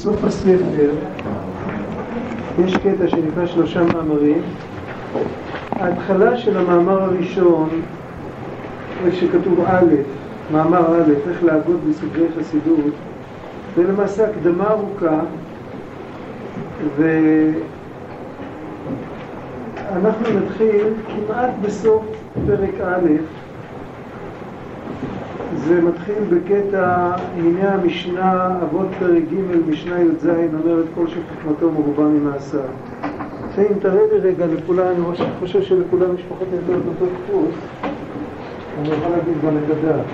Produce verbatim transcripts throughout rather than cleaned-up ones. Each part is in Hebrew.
בסוף הספר יש קטע שנקרא שלושה מאמרים. ההתחלה של המאמר הראשון, שכתוב א', מאמר א', איך להגות בספרי חסידות, זה למעשה הקדמה ארוכה, ואנחנו נתחיל כמעט בסוף פרק א'. זה מתחיל בקטע, הנה המשנה, אבות פרק ג' משנה י"ז, אומרת כל שחוכמתו מרובה ממעשה. אם תראה לי רגע לכולם, אני חושב שלכולם יש פחות יותר אותו דפוס, אני יכול להגיד גם את הדעת.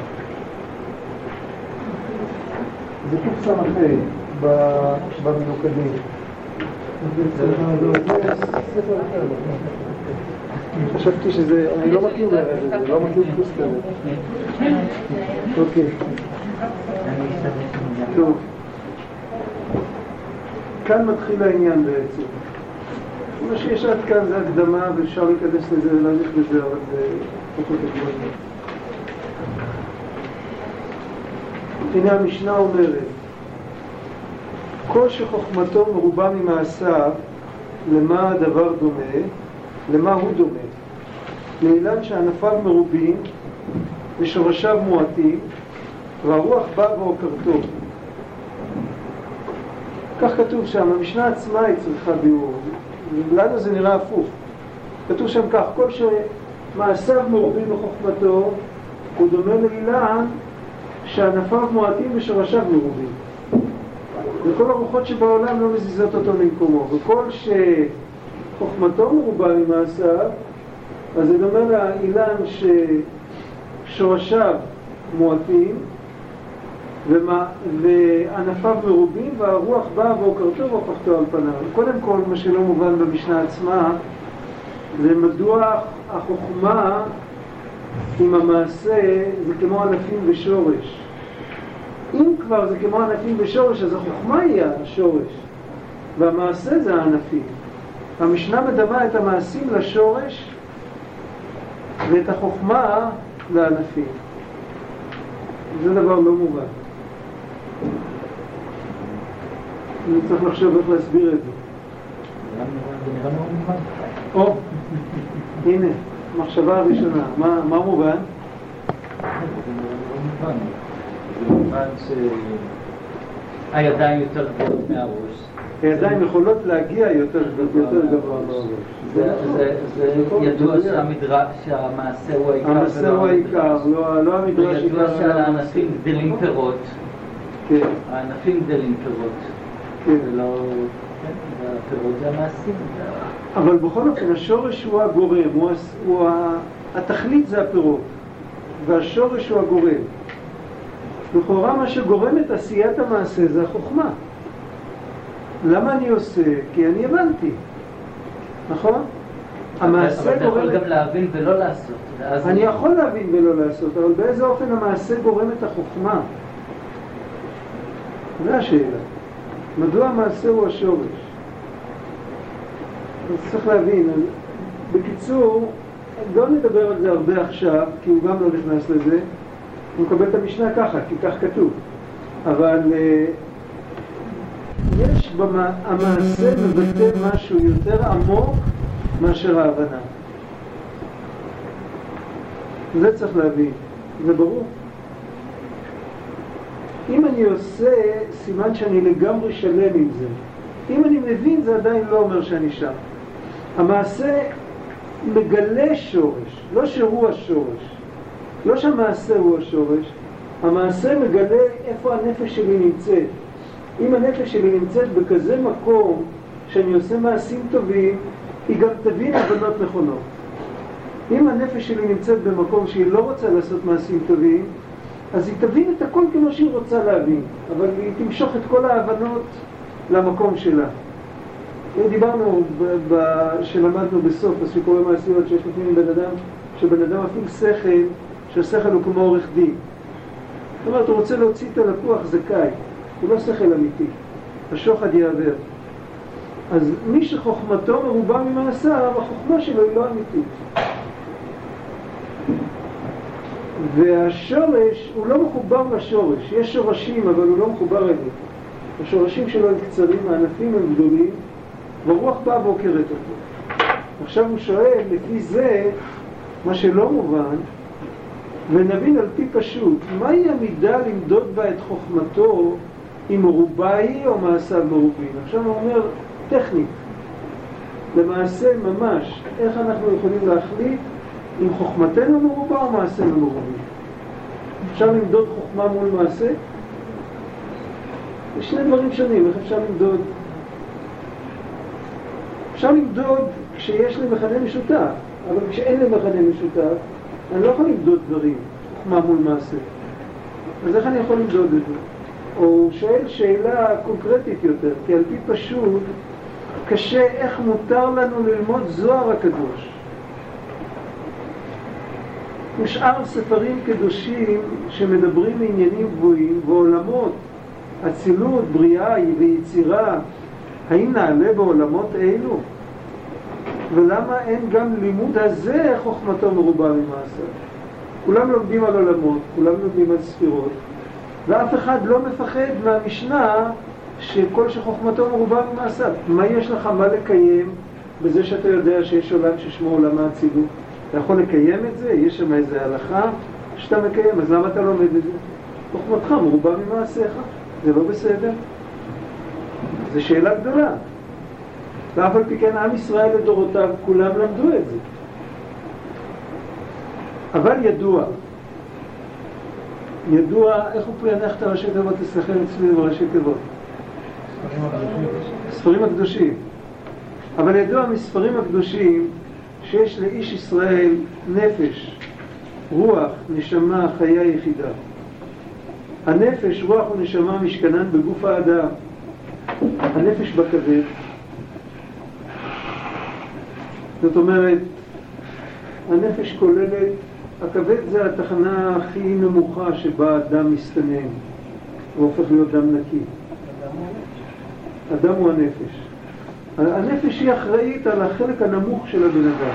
זה קוף סמכי במנוקדים. זה ספר אחר. חשבתי שזה, אני לא מכיר לרדת את זה, לא מכיר דפוס כזה. אוקיי. טוב. כאן מתחיל העניין בעצם. מה שיש עד כאן זה הקדמה, ואפשר להיכנס לזה ולהליך לזה, אבל זה פחות הקדמה. הנה המשנה אומרת, כל שחוכמתו מרובה ממעשיו, למה הדבר דומה? למה הוא דומה? לאילן שענפיו מרובים ושורשיו מועטים, והרוח בא ועוקרתו. כך כתוב שם, המשנה עצמה היא צריכה ביאור. לנו זה נראה הפוך. כתוב שם כך, כל שמעשיו מרובים בחוכמתו, הוא דומה לאילן שענפיו מועטים ושורשיו מרובים. וכל הרוחות שבעולם לא מזיזות אותו למקומו. וכל שחוכמתו מרובה ממעשיו, אז זה דומה לאילן ששורשיו מועטים וענפיו מרובים, והרוח באה ועוקרתו והופכתו על פניו. קודם כל, מה שלא מובן במשנה עצמה, זה מדוע החוכמה עם המעשה זה כמו ענפים ושורש. אם כבר זה כמו ענפים ושורש, אז החוכמה היא השורש, והמעשה זה הענפים. המשנה מדמה את המעשים לשורש, ואת החוכמה לענפים. זה דבר לא מובן. אני צריך לחשוב איך להסביר את זה. זה נראה מאוד מובן. או, הנה, מחשבה הראשונה. מה, מה מובן? זה מובן. זה מובן שהידיים יותר גבוהות מהראש. הידיים יכולות להגיע יותר גבוה מהראש. זה ידוע שהמעשה הוא העיקר. המעשה הוא העיקר, לא המדרש. זה ידוע שהענפים גדלים פירות. כן. הענפים גדלים פירות. כן. ולא... הפירות זה המעשים. אבל בכל אופן, השורש הוא הגורם, הוא התכלית זה הפירות, והשורש הוא הגורם. לכאורה מה שגורם את עשיית המעשה זה החוכמה. למה אני עושה? כי אני הבנתי. נכון? המעשה אבל גורם... אתה יכול גם להבין ולא לעשות. אני יכול להבין ולא לעשות, אבל באיזה אופן המעשה גורם את החוכמה? זה השאלה. מדוע המעשה הוא השורש? אז צריך להבין. בקיצור, לא נדבר על זה הרבה עכשיו, כי הוא גם לא נכנס לזה. הוא מקבל את המשנה ככה, כי כך כתוב. אבל יש במה, המעשה מבטא משהו יותר עמוק מאשר ההבנה. זה צריך להבין, זה ברור. אם אני עושה, סימן שאני לגמרי שלם עם זה. אם אני מבין, זה עדיין לא אומר שאני שם. המעשה מגלה שורש, לא שהוא השורש. לא שהמעשה הוא השורש, המעשה מגלה איפה הנפש שלי נמצאת. אם הנפש שלי נמצאת בכזה מקום שאני עושה מעשים טובים, היא גם תבין הבנות נכונות. אם הנפש שלי נמצאת במקום שהיא לא רוצה לעשות מעשים טובים, אז היא תבין את הכל כמו שהיא רוצה להבין, אבל היא תמשוך את כל ההבנות למקום שלה. דיברנו שלמדנו בסוף בסיפורי מעשיות שיש לפעמים בן אדם, שבן אדם אפילו שכל, שהשכל הוא כמו עורך דין. זאת אומרת, הוא רוצה להוציא את הלקוח זכאי, הוא לא שכל אמיתי, השוחד יעבר. אז מי שחוכמתו מרובה ממעשיו, החוכמה שלו היא לא אמיתית. והשורש הוא לא מחובר לשורש, יש שורשים אבל הוא לא מחובר אליו. השורשים שלו הם קצרים, הענפים הם גדולים, והרוח באה ועוקרת אותו. עכשיו הוא שואל, לפי זה, מה שלא מובן, ונבין על פי פשוט, מהי המידה למדוד בה את חוכמתו, אם מרובה היא או מעשיו מרובים? עכשיו הוא אומר, טכנית, למעשה ממש, איך אנחנו יכולים להחליט אם חוכמתנו מרובה או מעשינו מרובים? אפשר למדוד חוכמה מול מעשה? יש שני דברים שונים, איך אפשר למדוד? אפשר למדוד כשיש לי מכנה משותף, אבל כשאין לי מכנה משותף, אני לא יכול למדוד דברים, חוכמה מול מעשה. אז איך אני יכול למדוד את זה? או הוא שואל שאלה קונקרטית יותר, כי על פי פשוט, קשה איך מותר לנו ללמוד זוהר הקדוש. ושאר ספרים קדושים שמדברים מעניינים גבוהים ועולמות, אצילות, בריאה ויצירה, האם נעלה בעולמות אלו? ולמה אין גם לימוד הזה חוכמתו מרובה ממעשה? כולם לומדים על עולמות, כולם לומדים על ספירות, ואף אחד לא מפחד מהמשנה שכל שחוכמתו מרובה ממעשה. מה יש לך מה לקיים בזה שאתה יודע שיש עולם ששמו עולם האצילות? אתה יכול לקיים את זה? יש שם איזה הלכה שאתה מקיים, אז למה אתה לומד את זה? חוכמתך מרובה ממעשיך, זה לא בסדר? זו שאלה גדולה. ואף על פי כן עם ישראל לדורותיו כולם למדו את זה. אבל ידוע, ידוע, איך הוא פענח את הראשי תיבות? תסלחם אצלי בראשי תיבות. ספרים הקדושים. אבל ידוע מספרים הקדושים שיש לאיש ישראל נפש, רוח, נשמה, חיה יחידה. הנפש, רוח ונשמה משכנן בגוף האדם. הנפש בכבד. זאת אומרת, הנפש כוללת, הכבד זה התחנה הכי נמוכה שבה אדם מסתנן, הוא הופך להיות דם נקי. אדם הוא הנפש. הנפש היא אחראית על החלק הנמוך של הבן אדם.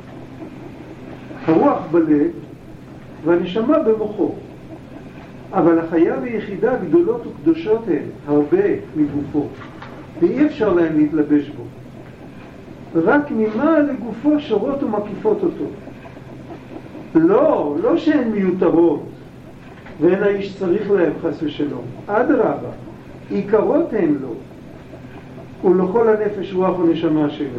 הרוח בלב והנשמה במוחו. אבל החיה ויחידה גדולות וקדושות הן, הרבה מגופו, ואי אפשר להם להתלבש בו. רק ממה לגופו שורות ומקיפות אותו. לא, לא שהן מיותרות, ואין האיש צריך להם חס ושלום. אדרבה, עיקרות הן לו, ולכל הנפש רוח ונשמה שלו.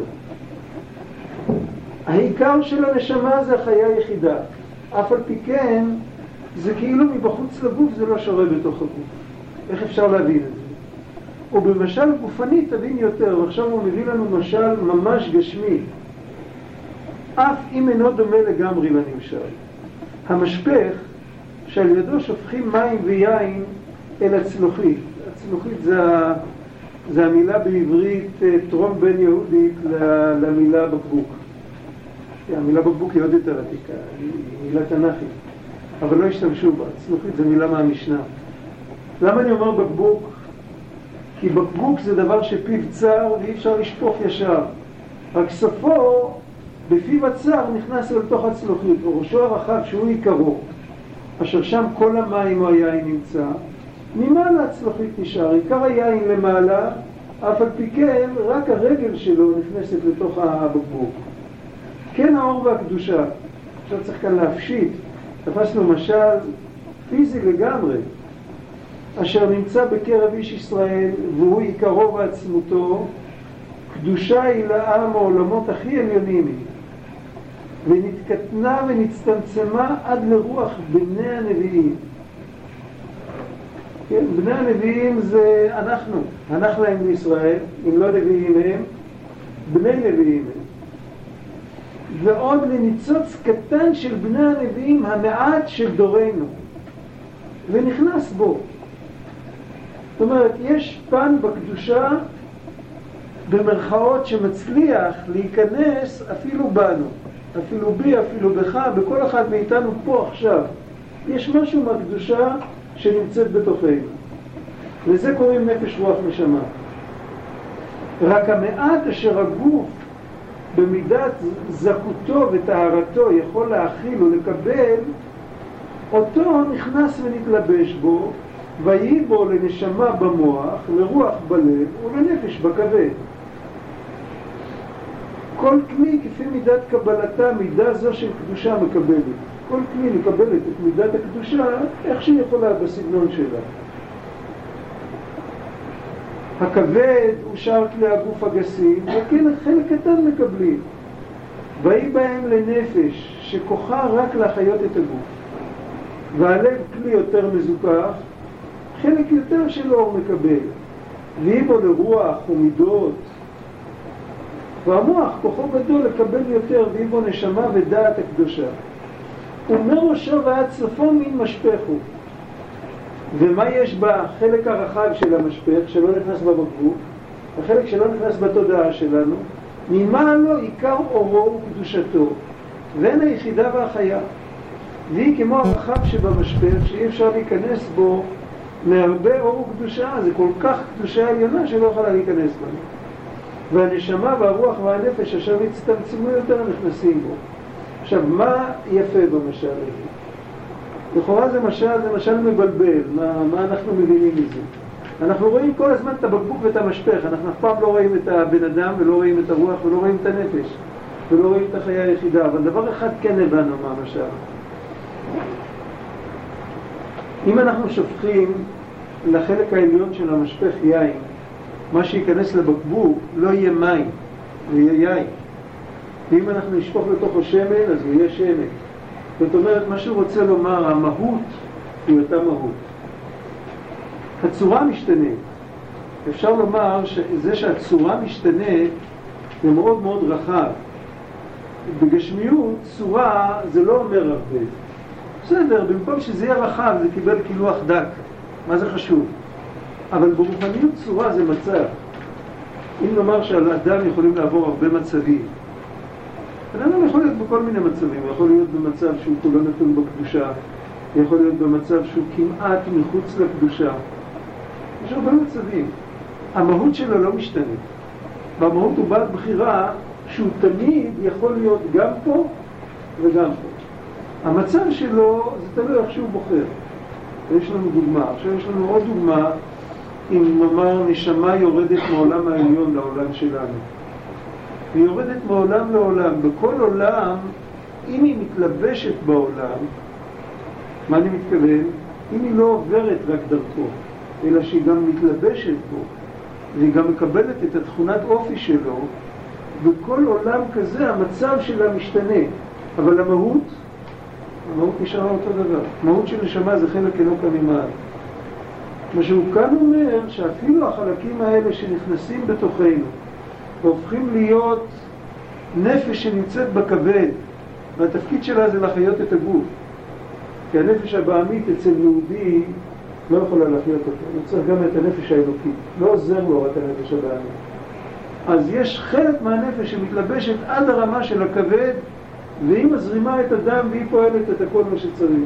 העיקר של הנשמה זה החיה היחידה. אף על פי כן, זה כאילו מבחוץ לגוף זה לא שורה בתוך הגוף. איך אפשר להבין את זה? ובמשל גופני תבין יותר, ועכשיו הוא מביא לנו משל ממש גשמי. אף אם אינו דומה לגמרי לנמשל. המשפך שעל ידו שופכים מים ויין אל הצלוחית. הצלוחית זה, זה המילה בעברית טרום בן יהודית למילה בקבוק. המילה בקבוק היא עוד יותר עתיקה, היא מילה תנ"כית, אבל לא השתמשו בה. צלוחית זה מילה מהמשנה. למה אני אומר בקבוק? כי בקבוק זה דבר שפיו צר ואי אפשר לשפוך ישר. רק סופו בפיו הצר נכנס אל תוך הצלוחית, וראשו הרחב שהוא עיקרו, אשר שם כל המים או היין נמצא, ממעלה הצלוחית נשאר. עיקר היין למעלה, אף על פי כן רק הרגל שלו נכנסת לתוך הבקבוק. כן האור והקדושה. עכשיו צריך כאן להפשיט. תפסנו משל פיזי לגמרי, אשר נמצא בקרב איש ישראל, והוא עיקרו ועצמותו, קדושה היא לעם העולמות הכי עליונים היא, ונתקטנה ונצטמצמה עד לרוח בני הנביאים. כן, בני הנביאים זה אנחנו, אנחנו הם בישראל, אם לא נביאים הם, בני נביאים הם. ועוד לניצוץ קטן של בני הנביאים המעט של דורנו, ונכנס בו. זאת אומרת, יש פן בקדושה במרכאות שמצליח להיכנס אפילו בנו, אפילו בי, אפילו בך, בכל אחד מאיתנו פה עכשיו. יש משהו מהקדושה שנמצאת בתוכנו. לזה קוראים נפש רוח נשמה. רק המעט אשר הגוף במידת זכותו וטהרתו יכול להכיל ולקבל, אותו נכנס ונתלבש בו, ויהי בו לנשמה במוח, לרוח בלב ולנפש בכבד. כל כלי כפי מידת קבלתה, מידה זו של קדושה מקבלת. כל כלי מקבלת את מידת הקדושה איך שהיא יכולה בסגנון שלה. הכבד הוא שאר כלי הגוף הגסים, וכן חלק קטן מקבלים. ויהי בהם לנפש שכוחה רק להחיות את הגוף. והלב כלי יותר מזוכח, חלק יותר של אור מקבל. ויהי בו לרוח ומידות. והמוח כוחו גדול לקבל יותר, ויהי בו נשמה ודעת הקדושה. ומראשו ועד סופו מין משפך הוא. ומה יש בחלק הרחב של המשפך שלא נכנס בבקבוק? החלק שלא נכנס בתודעה שלנו, ממה לו עיקר אורו וקדושתו, ואין היחידה והחיה. והיא כמו הרחב שבמשפך שאי אפשר להיכנס בו מהרבה אור וקדושה, זה כל כך קדושה עליונה שלא יכולה להיכנס בנו. והנשמה והרוח והנפש אשר הצטמצמו יותר נכנסים בו. עכשיו, מה יפה במשל הזה? לכאורה זה משל, זה משל מבלבל, מה, מה אנחנו מבינים מזה? אנחנו רואים כל הזמן את הבקבוק ואת המשפך, אנחנו אף פעם לא רואים את הבן אדם ולא רואים את הרוח ולא רואים את הנפש ולא רואים את החיה היחידה, אבל דבר אחד כן הבנו מה המשל. אם אנחנו שופכים לחלק העליון של המשפך יין, מה שיכנס לבקבוק לא יהיה מים, זה יהיה יין. ואם אנחנו נשפוך לתוכו שמן, אז הוא יהיה שמן. זאת אומרת, מה שהוא רוצה לומר, המהות היא אותה מהות. הצורה משתנה. אפשר לומר שזה שהצורה משתנה זה מאוד מאוד רחב. בגשמיות, צורה זה לא אומר הרבה. בסדר, במקום שזה יהיה רחב זה קיבל קילוח דק. מה זה חשוב? אבל ברוחניות צורה זה מצב. אם נאמר שעל אדם יכולים לעבור הרבה מצבים, אדם יכול להיות בכל מיני מצבים, יכול להיות במצב שהוא כולו נתון בקדושה, יכול להיות במצב שהוא כמעט מחוץ לקדושה. יש הרבה מצבים. המהות שלו לא משתנה. והמהות הוא בעל בחירה שהוא תמיד יכול להיות גם פה וגם פה. המצב שלו זה תלוי איך שהוא בוחר. ויש לנו דוגמה. עכשיו יש לנו עוד דוגמה, אם נאמר נשמה יורדת מעולם העליון לעולם שלנו. היא יורדת מעולם לעולם. בכל עולם, אם היא מתלבשת בעולם, מה אני מתכוון? אם היא לא עוברת רק דרכו, אלא שהיא גם מתלבשת בו, והיא גם מקבלת את התכונת אופי שלו, בכל עולם כזה המצב שלה משתנה. אבל המהות, המהות נשארה אותו דבר. המהות של נשמה זה חלק אלוקא ממעל. מה שהוא כאן אומר, שאפילו החלקים האלה שנכנסים בתוכנו, והופכים להיות נפש שנמצאת בכבד, והתפקיד שלה זה לחיות את הגוף. כי הנפש הבעמית אצל יהודי לא יכולה לחיות אותו. הוא צריך גם את הנפש האלוקית. לא עוזר לו רק הנפש הבעמית. אז יש חלק מהנפש שמתלבשת עד הרמה של הכבד, והיא מזרימה את הדם והיא פועלת את הכל מה שצריך.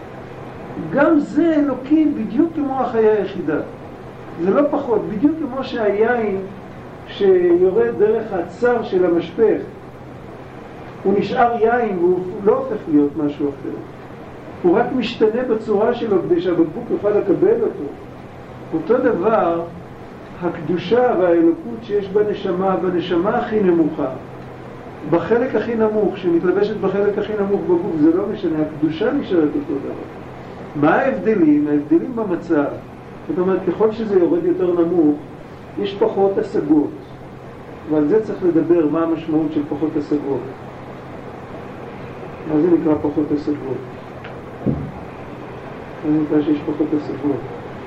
גם זה אלוקי בדיוק כמו החיה היחידה. זה לא פחות, בדיוק כמו שהיין שיורד דרך הצר של המשפך, הוא נשאר יין והוא לא הופך להיות משהו אחר. הוא רק משתנה בצורה שלו כדי שהבקבוק יוכל לקבל אותו. אותו דבר, הקדושה והאלוקות שיש בנשמה, בנשמה הכי נמוכה, בחלק הכי נמוך, שמתלבשת בחלק הכי נמוך בגוף, זה לא משנה, הקדושה נשארת אותו דבר. מה ההבדלים? ההבדלים במצב. זאת אומרת, ככל שזה יורד יותר נמוך, יש פחות השגות. ועל זה צריך לדבר, מה המשמעות של פחות השגות. מה זה נקרא פחות השגות? זה נקרא שיש פחות השגות.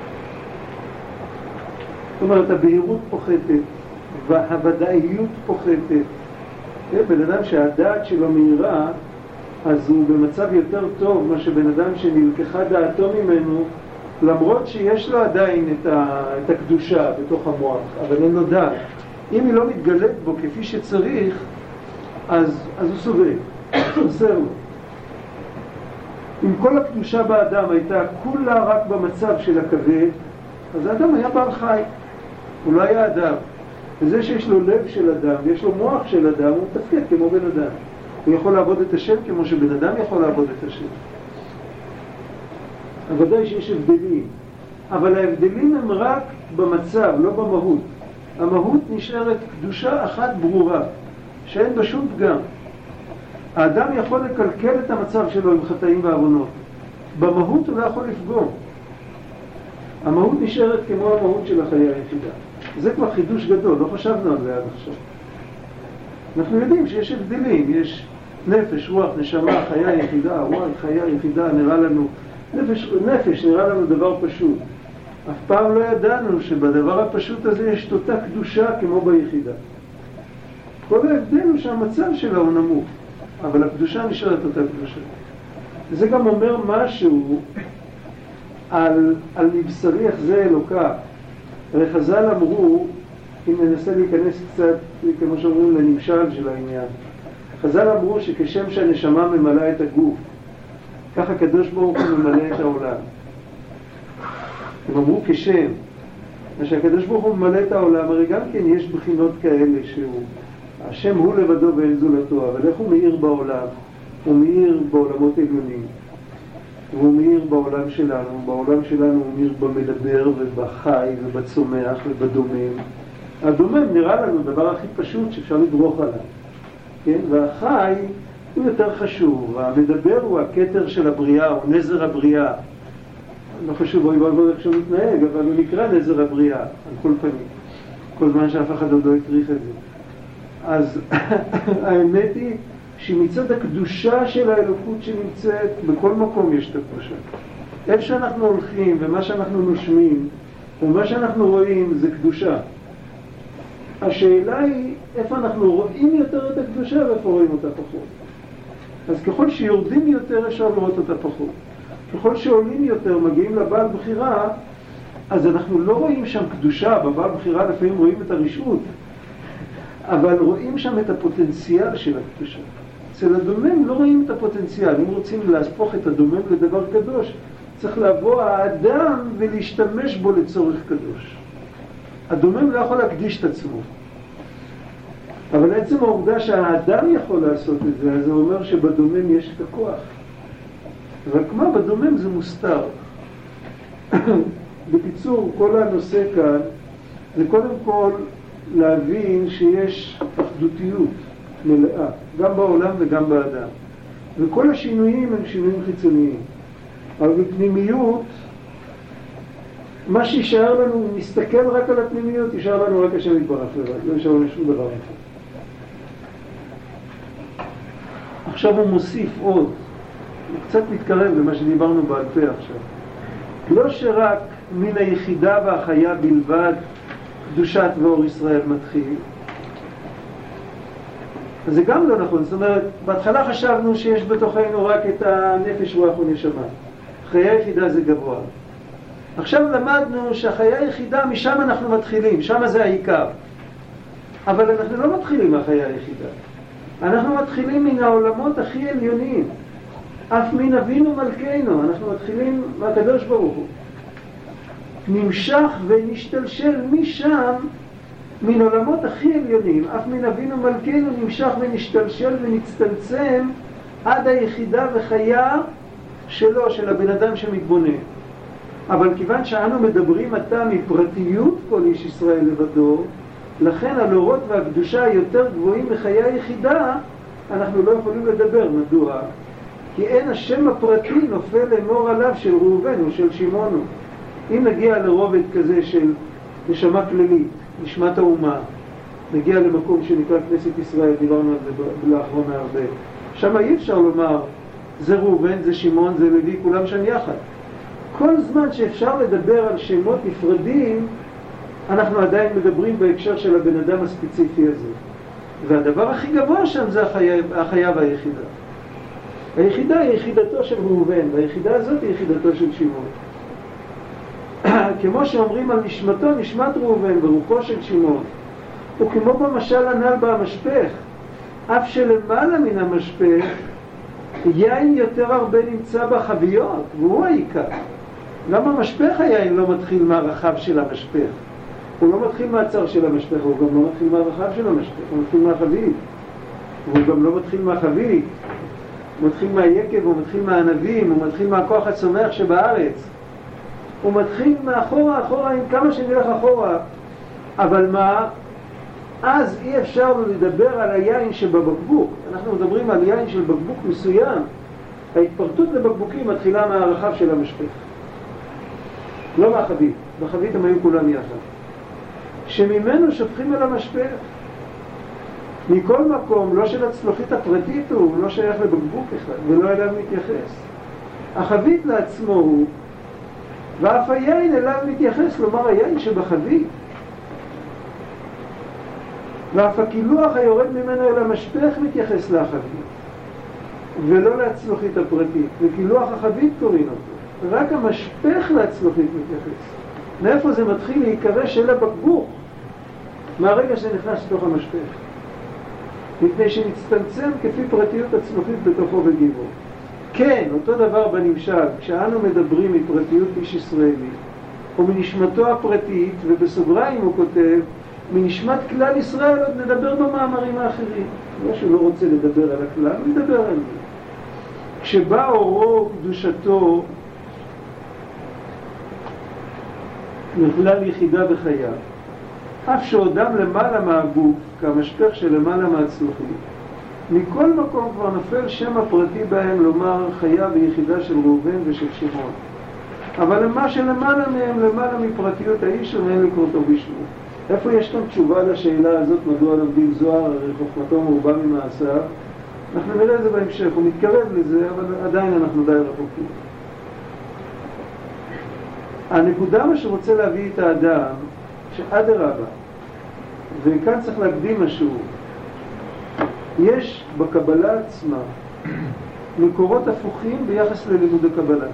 זאת אומרת, הבהירות פוחתת, והוודאיות פוחתת. בן אדם שהדעת שלו מהירה, אז הוא במצב יותר טוב מה שבן אדם שנלקחה דעתו ממנו, למרות שיש לו עדיין את, ה, את הקדושה בתוך המוח, אבל אין לו דעת. אם היא לא מתגלית בו כפי שצריך, אז, אז הוא סובל, חסר לו. אם כל הקדושה באדם הייתה כולה רק במצב של הכבד, אז האדם היה בעל חי, הוא לא היה אדם. וזה שיש לו לב של אדם ויש לו מוח של אדם, הוא מתפקד כמו בן אדם. הוא יכול לעבוד את השם כמו שבן אדם יכול לעבוד את השם. אבל ודאי שיש הבדלים. אבל ההבדלים הם רק במצב, לא במהות. המהות נשארת קדושה אחת ברורה, שאין בה שום פגם. האדם יכול לקלקל את המצב שלו עם חטאים ועוונות. במהות הוא לא יכול לפגום. המהות נשארת כמו המהות של החיה היחידה. זה כבר חידוש גדול, לא חשבנו על זה עד עכשיו. אנחנו יודעים שיש הבדלים, יש נפש, רוח, נשמה, חיה יחידה, וואי, חיה יחידה, נראה לנו, נפש, נפש נראה לנו דבר פשוט. אף פעם לא ידענו שבדבר הפשוט הזה יש אותה קדושה כמו ביחידה. כל ההבדל הוא שהמצב שלה הוא נמוך, אבל הקדושה נשארת אותה קדושה. זה גם אומר משהו על, על מבשרי זה אלוקה. הרי חז"ל אמרו, אם ננסה להיכנס קצת, כמו שאומרים, לנמשל של העניין. חז"ל אמרו שכשם שהנשמה ממלאה את הגוף, ככה הקדוש ברוך הוא ממלא את העולם. הם אמרו כשם, שהקדוש ברוך הוא ממלא את העולם, הרי גם כן יש בחינות כאלה שהוא, השם הוא לבדו ואין זולתו, אבל איך הוא מאיר בעולם? הוא מאיר בעולמות עליונים, והוא מאיר בעולם שלנו, בעולם שלנו הוא מאיר במדבר ובחי ובצומח ובדומם. הדומם נראה לנו הדבר הכי פשוט שאפשר לדרוך עליו, כן? והחי הוא יותר חשוב, המדבר הוא הכתר של הבריאה, הוא נזר הבריאה. לא חשוב, בואי בואי איך שהוא מתנהג, אבל הוא נקרא נזר הבריאה, על כל פנים. כל זמן שאף אחד עוד לא התריך את זה. אז האמת היא שמצד הקדושה של האלוקות שנמצאת, בכל מקום יש את הקדושה. איפה שאנחנו הולכים ומה שאנחנו נושמים, ומה שאנחנו רואים זה קדושה. השאלה היא איפה אנחנו רואים יותר את הקדושה ואיפה רואים אותה פחות. אז ככל שיורדים יותר אפשר לראות אותה פחות. ככל שעולים יותר, מגיעים לבעל בחירה, אז אנחנו לא רואים שם קדושה. בבעל בחירה לפעמים רואים את הרשעות, אבל רואים שם את הפוטנציאל של הקדושה. אצל הדומם לא רואים את הפוטנציאל. אם רוצים להפוך את הדומם לדבר קדוש, צריך לבוא האדם ולהשתמש בו לצורך קדוש. הדומם לא יכול להקדיש את עצמו. אבל עצם העובדה שהאדם יכול לעשות את זה, אז זה אומר שבדומם יש את הכוח. רק מה, בדומם זה מוסתר. בקיצור, כל הנושא כאן זה קודם כל להבין שיש אחדותיות מלאה, גם בעולם וגם באדם. וכל השינויים הם שינויים חיצוניים. אבל בפנימיות, מה שישאר לנו, נסתכל רק על הפנימיות, ישאר לנו רק השם יתברך לבד, לא ישאר לנו שום דבר אחר. עכשיו הוא מוסיף עוד, הוא קצת מתקרב למה שדיברנו בעל פה עכשיו. לא שרק מן היחידה והחיה בלבד קדושת ואור ישראל מתחיל. אז זה גם לא נכון, זאת אומרת, בהתחלה חשבנו שיש בתוכנו רק את הנפש רוח ונשמה. חיה יחידה זה גבוה. עכשיו למדנו שהחיה יחידה, משם אנחנו מתחילים, שם זה העיקר. אבל אנחנו לא מתחילים מהחיה היחידה. אנחנו מתחילים מן העולמות הכי עליוניים. אף מן אבינו מלכנו, אנחנו מתחילים מהקדוש ברוך הוא. נמשך ונשתלשל משם, מן עולמות הכי עליונים, אף מן אבינו מלכנו נמשך ונשתלשל ונצטמצם עד היחידה וחיה שלו, של הבן אדם שמתבונן. אבל כיוון שאנו מדברים עתה מפרטיות כל איש ישראל לבדו, לכן הלורות והקדושה יותר גבוהים מחיי היחידה, אנחנו לא יכולים לדבר. מדוע? כי אין השם הפרטי נופל לאמור עליו של ראובן או של שמעון. אם נגיע לרובד כזה של נשמה כללית, נשמת האומה, נגיע למקום שנקרא כנסת ישראל, דיברנו על זה לאחרונה הרבה, שם אי אפשר לומר זה ראובן, זה שמעון, זה לוי, כולם שם יחד. כל זמן שאפשר לדבר על שמות נפרדים, אנחנו עדיין מדברים בהקשר של הבן אדם הספציפי הזה. והדבר הכי גבוה שם זה החיה, החיה והיחידה. היחידה היא יחידתו של ראובן, והיחידה הזאת היא יחידתו של שמעון. כמו שאומרים על נשמתו, נשמת ראובן ורוחו של שמעון. וכמו במשל הנ"ל במשפך, אף שלמעלה מן המשפך, יין יותר הרבה נמצא בחביות, והוא העיקר. גם המשפך היין לא מתחיל מהרחב של המשפך. הוא לא מתחיל מהצר של המשפך, הוא גם לא מתחיל מהרחב של המשפך, הוא מתחיל מהחבית. הוא גם לא מתחיל מהחבית, הוא מתחיל מהיקב, הוא מתחיל מהענבים, הוא מתחיל מהכוח הצומח שבארץ. הוא מתחיל מאחורה, אחורה, עם כמה שנלך אחורה. אבל מה? אז אי אפשר לדבר על היין שבבקבוק. אנחנו מדברים על יין של בקבוק מסוים. ההתפרטות לבקבוקים מתחילה מהרחב של המשפך. לא מהחבית. בחבית הם היו כולם יחד. שממנו שופכים אל המשפך. מכל מקום, לא של הצלוחית הפרטית הוא, לא שייך לבקבוק אחד, ולא אליו מתייחס. החבית לעצמו הוא, ואף היין אליו מתייחס, לומר היין שבחבית. ואף הקילוח היורד ממנו אל המשפך מתייחס לחבית, ולא להצלוחית הפרטית. וקילוח החבית קוראים אותו. רק המשפך להצלוחית מתייחס. מאיפה זה מתחיל להיקרא של הבקבוק? מהרגע שזה נכנס לתוך המשפך. מפני שמצטמצם כפי פרטיות הצלוחית בתוכו וגיבו. כן, אותו דבר בנמשל, כשאנו מדברים מפרטיות איש ישראלי, או מנשמתו הפרטית, ובסוגריים הוא כותב, מנשמת כלל ישראל עוד נדבר במאמרים האחרים. לא שהוא לא רוצה לדבר על הכלל, הוא מדבר על זה. כשבא אורו קדושתו לכלל יחידה בחייו, אף שעודם למעלה מהגוף, כמשפך שלמעלה מהצלוחית, מכל מקום כבר נופל שם הפרטי בהם לומר חיה ויחידה של ראובן ושל שמעון. אבל למה שלמעלה מהם, למעלה מפרטיות האיש, ואין לקרותו בשמו. איפה יש כאן תשובה לשאלה הזאת, מדוע לומדים זוהר, הרי חוכמתו מרובה ממעשיו? אנחנו נראה את זה בהמשך, הוא מתקרב לזה, אבל עדיין אנחנו די רחוקים. הנקודה מה שרוצה להביא את האדם, שאדרבה, וכאן צריך להקדים משהו, יש בקבלה עצמה מקורות הפוכים ביחס ללימוד הקבלה.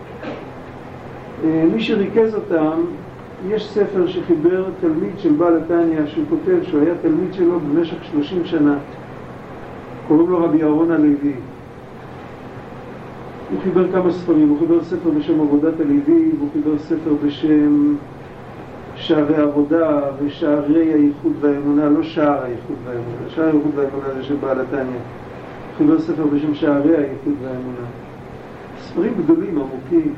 מי שריכז אותם, יש ספר שחיבר תלמיד של בעל התניא, שהוא כותב שהוא היה תלמיד שלו במשך שלושים שנה, קוראים לו רבי אהרון הלוי. הוא חיבר כמה ספרים, הוא חיבר ספר בשם עבודת הלוי, והוא חיבר ספר בשם שערי עבודה ושערי הייחוד והאמונה, לא שער הייחוד והאמונה, שער הייחוד והאמונה זה של בעל התניא. הוא חיבר ספר בשם שערי הייחוד והאמונה. ספרים גדולים, עמוקים.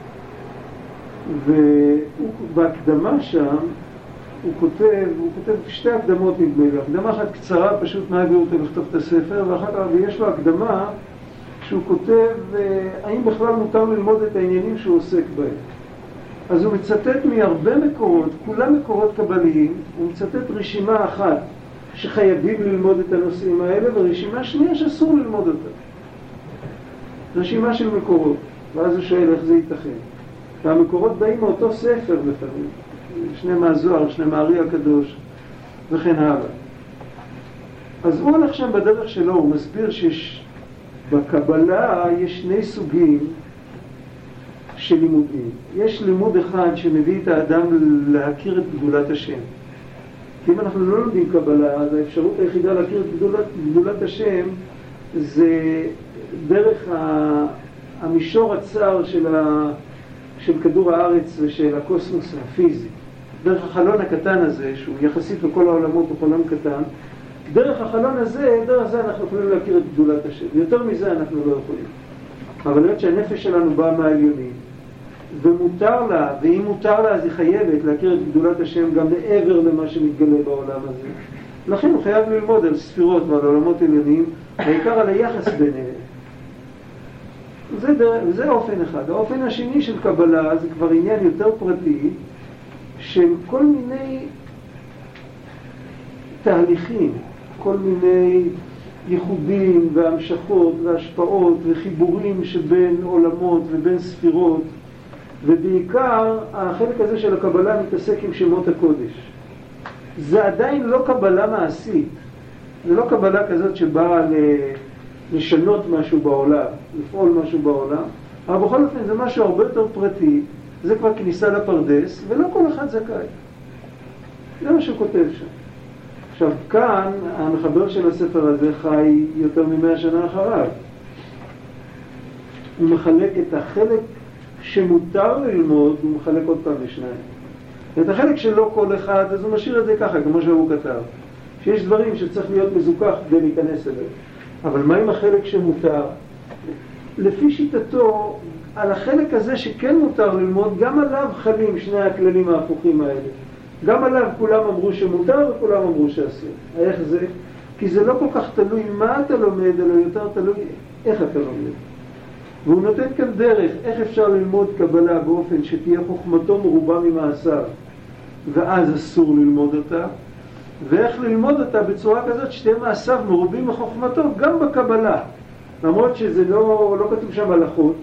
ובהקדמה שם הוא כותב, הוא כותב שתי הקדמות נדמה לי, הקדמה אחת קצרה, פשוט מה הביאו אותו לכתוב את הספר, ואחר כך יש לו הקדמה שהוא כותב האם בכלל מותר ללמוד את העניינים שהוא עוסק בהם. אז הוא מצטט מהרבה מקורות, כולם מקורות קבליים, הוא מצטט רשימה אחת שחייבים ללמוד את הנושאים האלה, ורשימה שנייה שאסור ללמוד אותה. רשימה של מקורות, ואז הוא שואל איך זה ייתכן. והמקורות באים מאותו ספר לפעמים, שני מהזוהר, שני מהארי הקדוש, וכן הלאה. אז הוא הולך שם בדרך שלו, הוא מסביר שיש בקבלה יש שני סוגים של לימודים. יש לימוד אחד שמביא את האדם להכיר את גדולת השם. כי אם אנחנו לא לומדים קבלה, אז האפשרות היחידה להכיר את גדולת, גדולת השם זה דרך המישור הצר של, ה, של כדור הארץ ושל הקוסמוס הפיזי. דרך החלון הקטן הזה, שהוא יחסית לכל העולמות הוא חלון קטן, דרך החלון הזה, דרך זה אנחנו יכולים להכיר את גדולת השם. יותר מזה אנחנו לא יכולים. אבל להיות שהנפש שלנו באה מהעליונים, ומותר לה, ואם מותר לה אז היא חייבת להכיר את גדולת השם גם מעבר למה שמתגלה בעולם הזה. לכן הוא חייב ללמוד על ספירות ועל עולמות עליונים, בעיקר על היחס ביניהם. זה, זה אופן אחד. האופן השני של קבלה זה כבר עניין יותר פרטי, של כל מיני תהליכים, כל מיני ייחודים והמשכות והשפעות וחיבורים שבין עולמות ובין ספירות, ובעיקר החלק הזה של הקבלה מתעסק עם שמות הקודש. זה עדיין לא קבלה מעשית, זה לא קבלה כזאת שבאה לשנות משהו בעולם, לפעול משהו בעולם, אבל בכל אופן זה משהו הרבה יותר פרטי, זה כבר כניסה לפרדס, ולא כל אחד זכאי. זה מה שהוא כותב שם. עכשיו כאן המחבר של הספר הזה חי יותר ממאה שנה אחריו. הוא מחלק את החלק שמותר ללמוד, הוא מחלק עוד פעם לשניים. את החלק שלא כל אחד, אז הוא משאיר את זה ככה, כמו שהוא כתב. שיש דברים שצריך להיות מזוכח כדי להיכנס אליהם. אבל מה עם החלק שמותר? לפי שיטתו, על החלק הזה שכן מותר ללמוד, גם עליו חלים שני הכללים ההפוכים האלה. גם עליו כולם אמרו שמותר וכולם אמרו שאסור. איך זה? כי זה לא כל כך תלוי מה אתה לומד, אלא יותר תלוי איך אתה לומד. והוא נותן כאן דרך, איך אפשר ללמוד קבלה באופן שתהיה חוכמתו מרובה ממעשיו, ואז אסור ללמוד אותה, ואיך ללמוד אותה בצורה כזאת שתהיה מעשיו מרובים מחוכמתו גם בקבלה. למרות שזה לא, לא כתוב שם הלכות,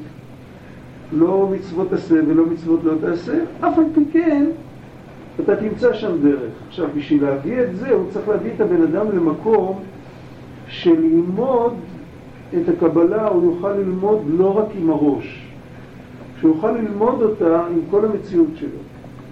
לא מצוות עשה ולא מצוות לא תעשה, אף על פי כן אתה תמצא שם דרך. עכשיו, בשביל להביא את זה, הוא צריך להביא את הבן אדם למקום של ללמוד את הקבלה, הוא יוכל ללמוד לא רק עם הראש, שהוא יוכל ללמוד אותה עם כל המציאות שלו.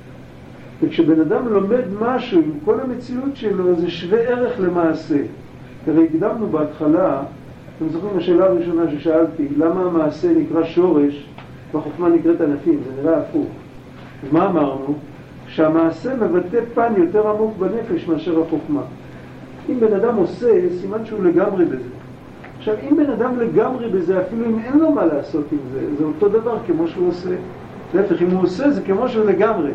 וכשבן אדם לומד משהו עם כל המציאות שלו, זה שווה ערך למעשה. הרי הקדמנו בהתחלה, אתם זוכרים השאלה הראשונה ששאלתי, למה המעשה נקרא שורש והחוכמה נקראת ענפים? זה נראה הפוך. אז מה אמרנו? שהמעשה מבטא פן יותר עמוק בנפש מאשר החוכמה. אם בן אדם עושה, סימן שהוא לגמרי בזה. עכשיו, אם בן אדם לגמרי בזה, אפילו אם אין לו מה לעשות עם זה, זה אותו דבר כמו שהוא עושה. להפך, אם הוא עושה, זה כמו שהוא לגמרי.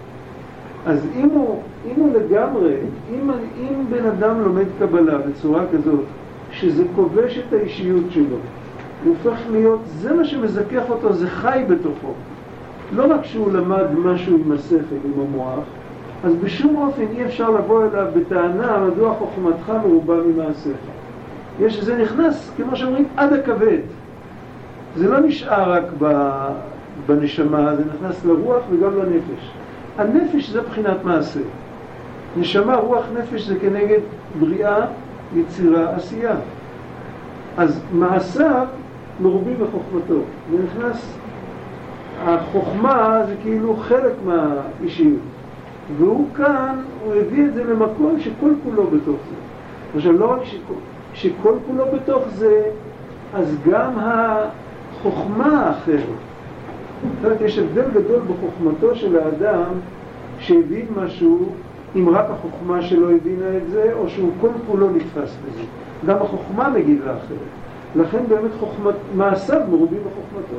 אז אם הוא, אם הוא לגמרי, אם, אם בן אדם לומד קבלה בצורה כזאת, שזה כובש את האישיות שלו, הוא הופך להיות, זה מה שמזכח אותו, זה חי בתוכו. לא רק שהוא למד משהו עם השכל, עם המוח, אז בשום אופן אי אפשר לבוא אליו בטענה מדוע חוכמתך מרובה ממעשיך. יש, זה נכנס, כמו שאומרים, עד הכבד. זה לא נשאר רק בנשמה, זה נכנס לרוח וגם לנפש. הנפש זה בחינת מעשה. נשמה, רוח, נפש זה כנגד בריאה, יצירה, עשייה. אז מעשיו מרובים בחוכמתו. זה נכנס, החוכמה זה כאילו חלק מהאישיות. והוא כאן, הוא הביא את זה למקום שכל כולו בתוך זה. עכשיו, לא רק שכל, שכל כולו בתוך זה, אז גם החוכמה האחרת. זאת אומרת, יש הבדל גדול בחוכמתו של האדם שהבין משהו, אם רק החוכמה שלו הבינה את זה, או שהוא כל כולו נתפס בזה. גם החוכמה מגיבה אחרת. לכן באמת חוכמת, מעשיו מרובים בחוכמתו.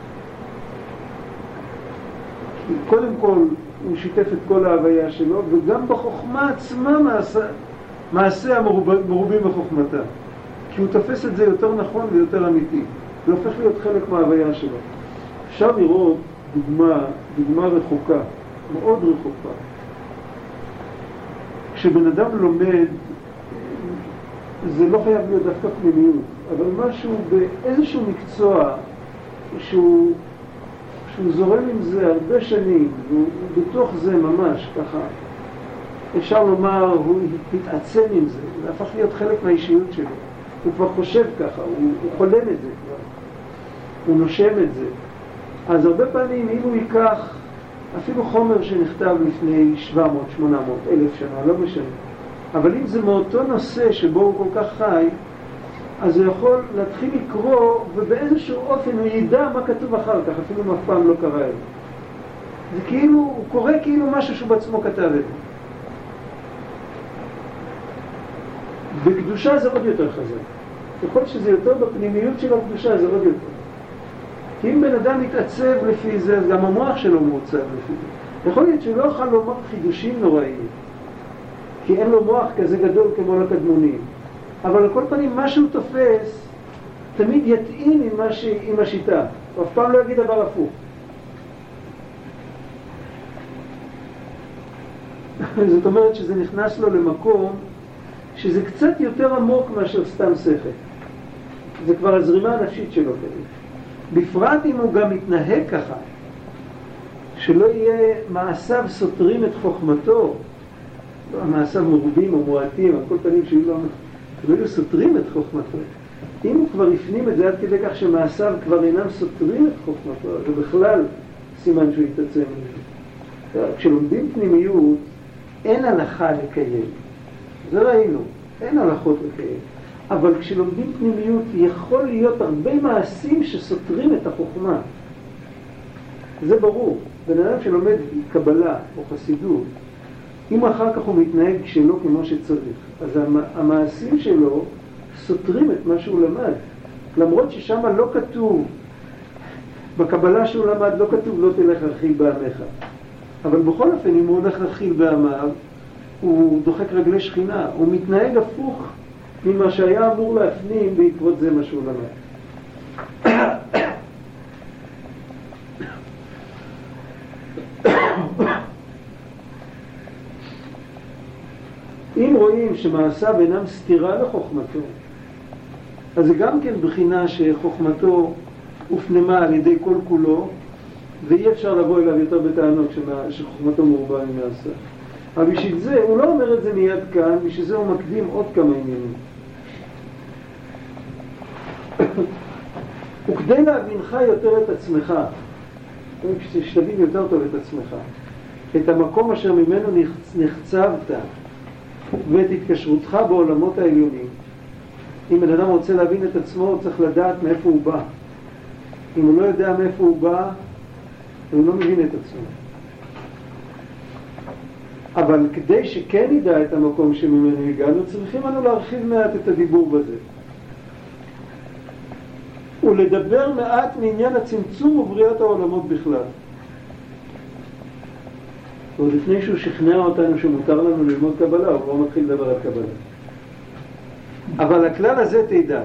קודם כל, הוא שיתף את כל ההוויה שלו, וגם בחוכמה עצמה מעשה, מעשה המרובים בחוכמתה. כי הוא תופס את זה יותר נכון ויותר אמיתי. זה הופך להיות חלק מההוויה שלו. אפשר לראות דוגמה, דוגמה רחוקה, מאוד רחוקה. כשבן אדם לומד, זה לא חייב להיות דווקא פנימיות, אבל משהו באיזשהו מקצוע שהוא, שהוא זורם עם זה הרבה שנים, והוא בתוך זה ממש ככה, אפשר לומר, הוא התעצם עם זה, זה הפך להיות חלק מהאישיות שלו. הוא כבר חושב ככה, הוא, הוא חולם את זה כבר, הוא נושם את זה. אז הרבה פעמים אם הוא ייקח אפילו חומר שנכתב לפני שבע מאות, שמונה מאות, אלף שנה, לא משנה. אבל אם זה מאותו נושא שבו הוא כל כך חי, אז הוא יכול להתחיל לקרוא, ובאיזשהו אופן הוא ידע מה כתוב אחר כך, אפילו אם אף פעם לא קרא את זה. זה כאילו, הוא קורא כאילו משהו שהוא בעצמו כתב את זה. בקדושה זה עוד יותר חזק. ככל שזה יותר בפנימיות של הקדושה זה עוד יותר. כי אם בן אדם מתעצב לפי זה, אז גם המוח שלו מעוצב לפי זה. יכול להיות שהוא לא יוכל לומר חידושים נוראיים, כי אין לו מוח כזה גדול כמו לקדמונים. אבל על כל פנים, מה שהוא תופס, תמיד יתאים עם, ש... עם השיטה. הוא אף פעם לא יגיד דבר הפוך. זאת אומרת שזה נכנס לו למקום שזה קצת יותר עמוק מאשר סתם שכל. זה כבר הזרימה הנפשית שלו. בפרט אם הוא גם מתנהג ככה, שלא יהיה מעשיו סותרים את חוכמתו, המעשיו מרובים או מועטים, על כל פנים שיהיו לו, לא יהיו סותרים את חוכמתו. אם הוא כבר הפנים את זה עד כדי כך שמעשיו כבר אינם סותרים את חוכמתו, זה בכלל סימן שהוא יתעצם מזה. כשלומדים פנימיות, אין הלכה לקיים. זה ראינו, אין הלכות לקיים. אבל כשלומדים פנימיות יכול להיות הרבה מעשים שסותרים את החוכמה. זה ברור. בן אדם שלומד קבלה או חסידות, אם אחר כך הוא מתנהג שלא כמו שצריך, אז המעשים שלו סותרים את מה שהוא למד. למרות ששם לא כתוב, בקבלה שהוא למד לא כתוב לא תלך רכיל בעמך. אבל בכל אופן, אם הוא הולך רכיל בעמיו, הוא דוחק רגלי שכינה, הוא מתנהג הפוך ממה שהיה אמור להפנים בעקבות זה מה שהוא למד. אם רואים שמעשיו אינם סתירה לחוכמתו, אז זה גם כן בחינה שחוכמתו הופנמה על ידי כל כולו, ואי אפשר לבוא אליו יותר בטענות שחוכמתו מרובה ממעשיו. אבל בשביל זה, הוא לא אומר את זה מיד כאן, בשביל זה הוא מקדים עוד כמה עניינים. וכדי להבינך יותר את עצמך, שתבין יותר טוב את עצמך, את המקום אשר ממנו נחצבת, ואת התקשרותך בעולמות העליונים. אם בן אדם רוצה להבין את עצמו, הוא צריך לדעת מאיפה הוא בא. אם הוא לא יודע מאיפה הוא בא, הוא לא מבין את עצמו. אבל כדי שכן ידע את המקום שממנו הגענו, צריכים לנו להרחיב מעט את הדיבור בזה. ולדבר מעט מעניין הצמצום ובריאת העולמות בכלל. ועוד לפני שהוא שכנע אותנו שמותר לנו ללמוד קבלה, הוא כבר מתחיל לדבר על קבלה. אבל הכלל הזה תדע,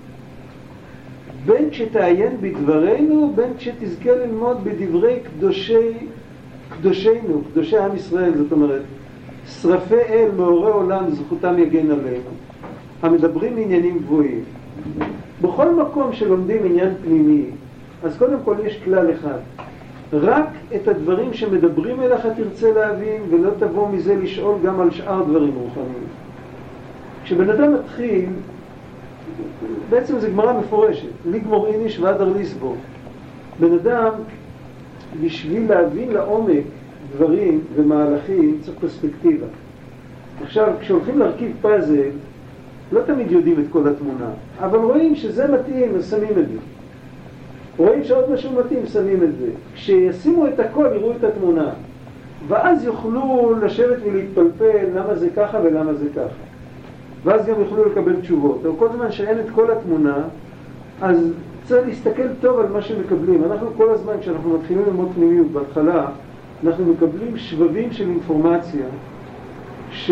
בין כשתעיין בדברנו, בין כשתזכה ללמוד בדברי קדושי, קדושינו, קדושי עם ישראל, זאת אומרת, שרפי אל מאורי עולם, זכותם יגן עלינו, המדברים עניינים גבוהים. בכל מקום שלומדים עניין פנימי, אז קודם כל יש כלל אחד. רק את הדברים שמדברים אליך תרצה להבין, ולא תבוא מזה לשאול גם על שאר דברים רוחניים. כשבן אדם מתחיל, בעצם זה גמרא מפורשת, לגמור איניש ועדר לסבור. בן אדם, בשביל להבין לעומק דברים ומהלכים, צריך פרספקטיבה. עכשיו, כשהולכים להרכיב פאזל, לא תמיד יודעים את כל התמונה, אבל רואים שזה מתאים, אז שמים את זה. רואים שעוד משהו מתאים, שמים את זה. כשישימו את הכל, יראו את התמונה. ואז יוכלו לשבת ולהתפלפל למה זה ככה ולמה זה ככה. ואז גם יוכלו לקבל תשובות. אבל כל זמן שאין את כל התמונה, אז צריך להסתכל טוב על מה שמקבלים. אנחנו כל הזמן, כשאנחנו מתחילים ללמוד פנימיות בהתחלה, אנחנו מקבלים שבבים של אינפורמציה, ש...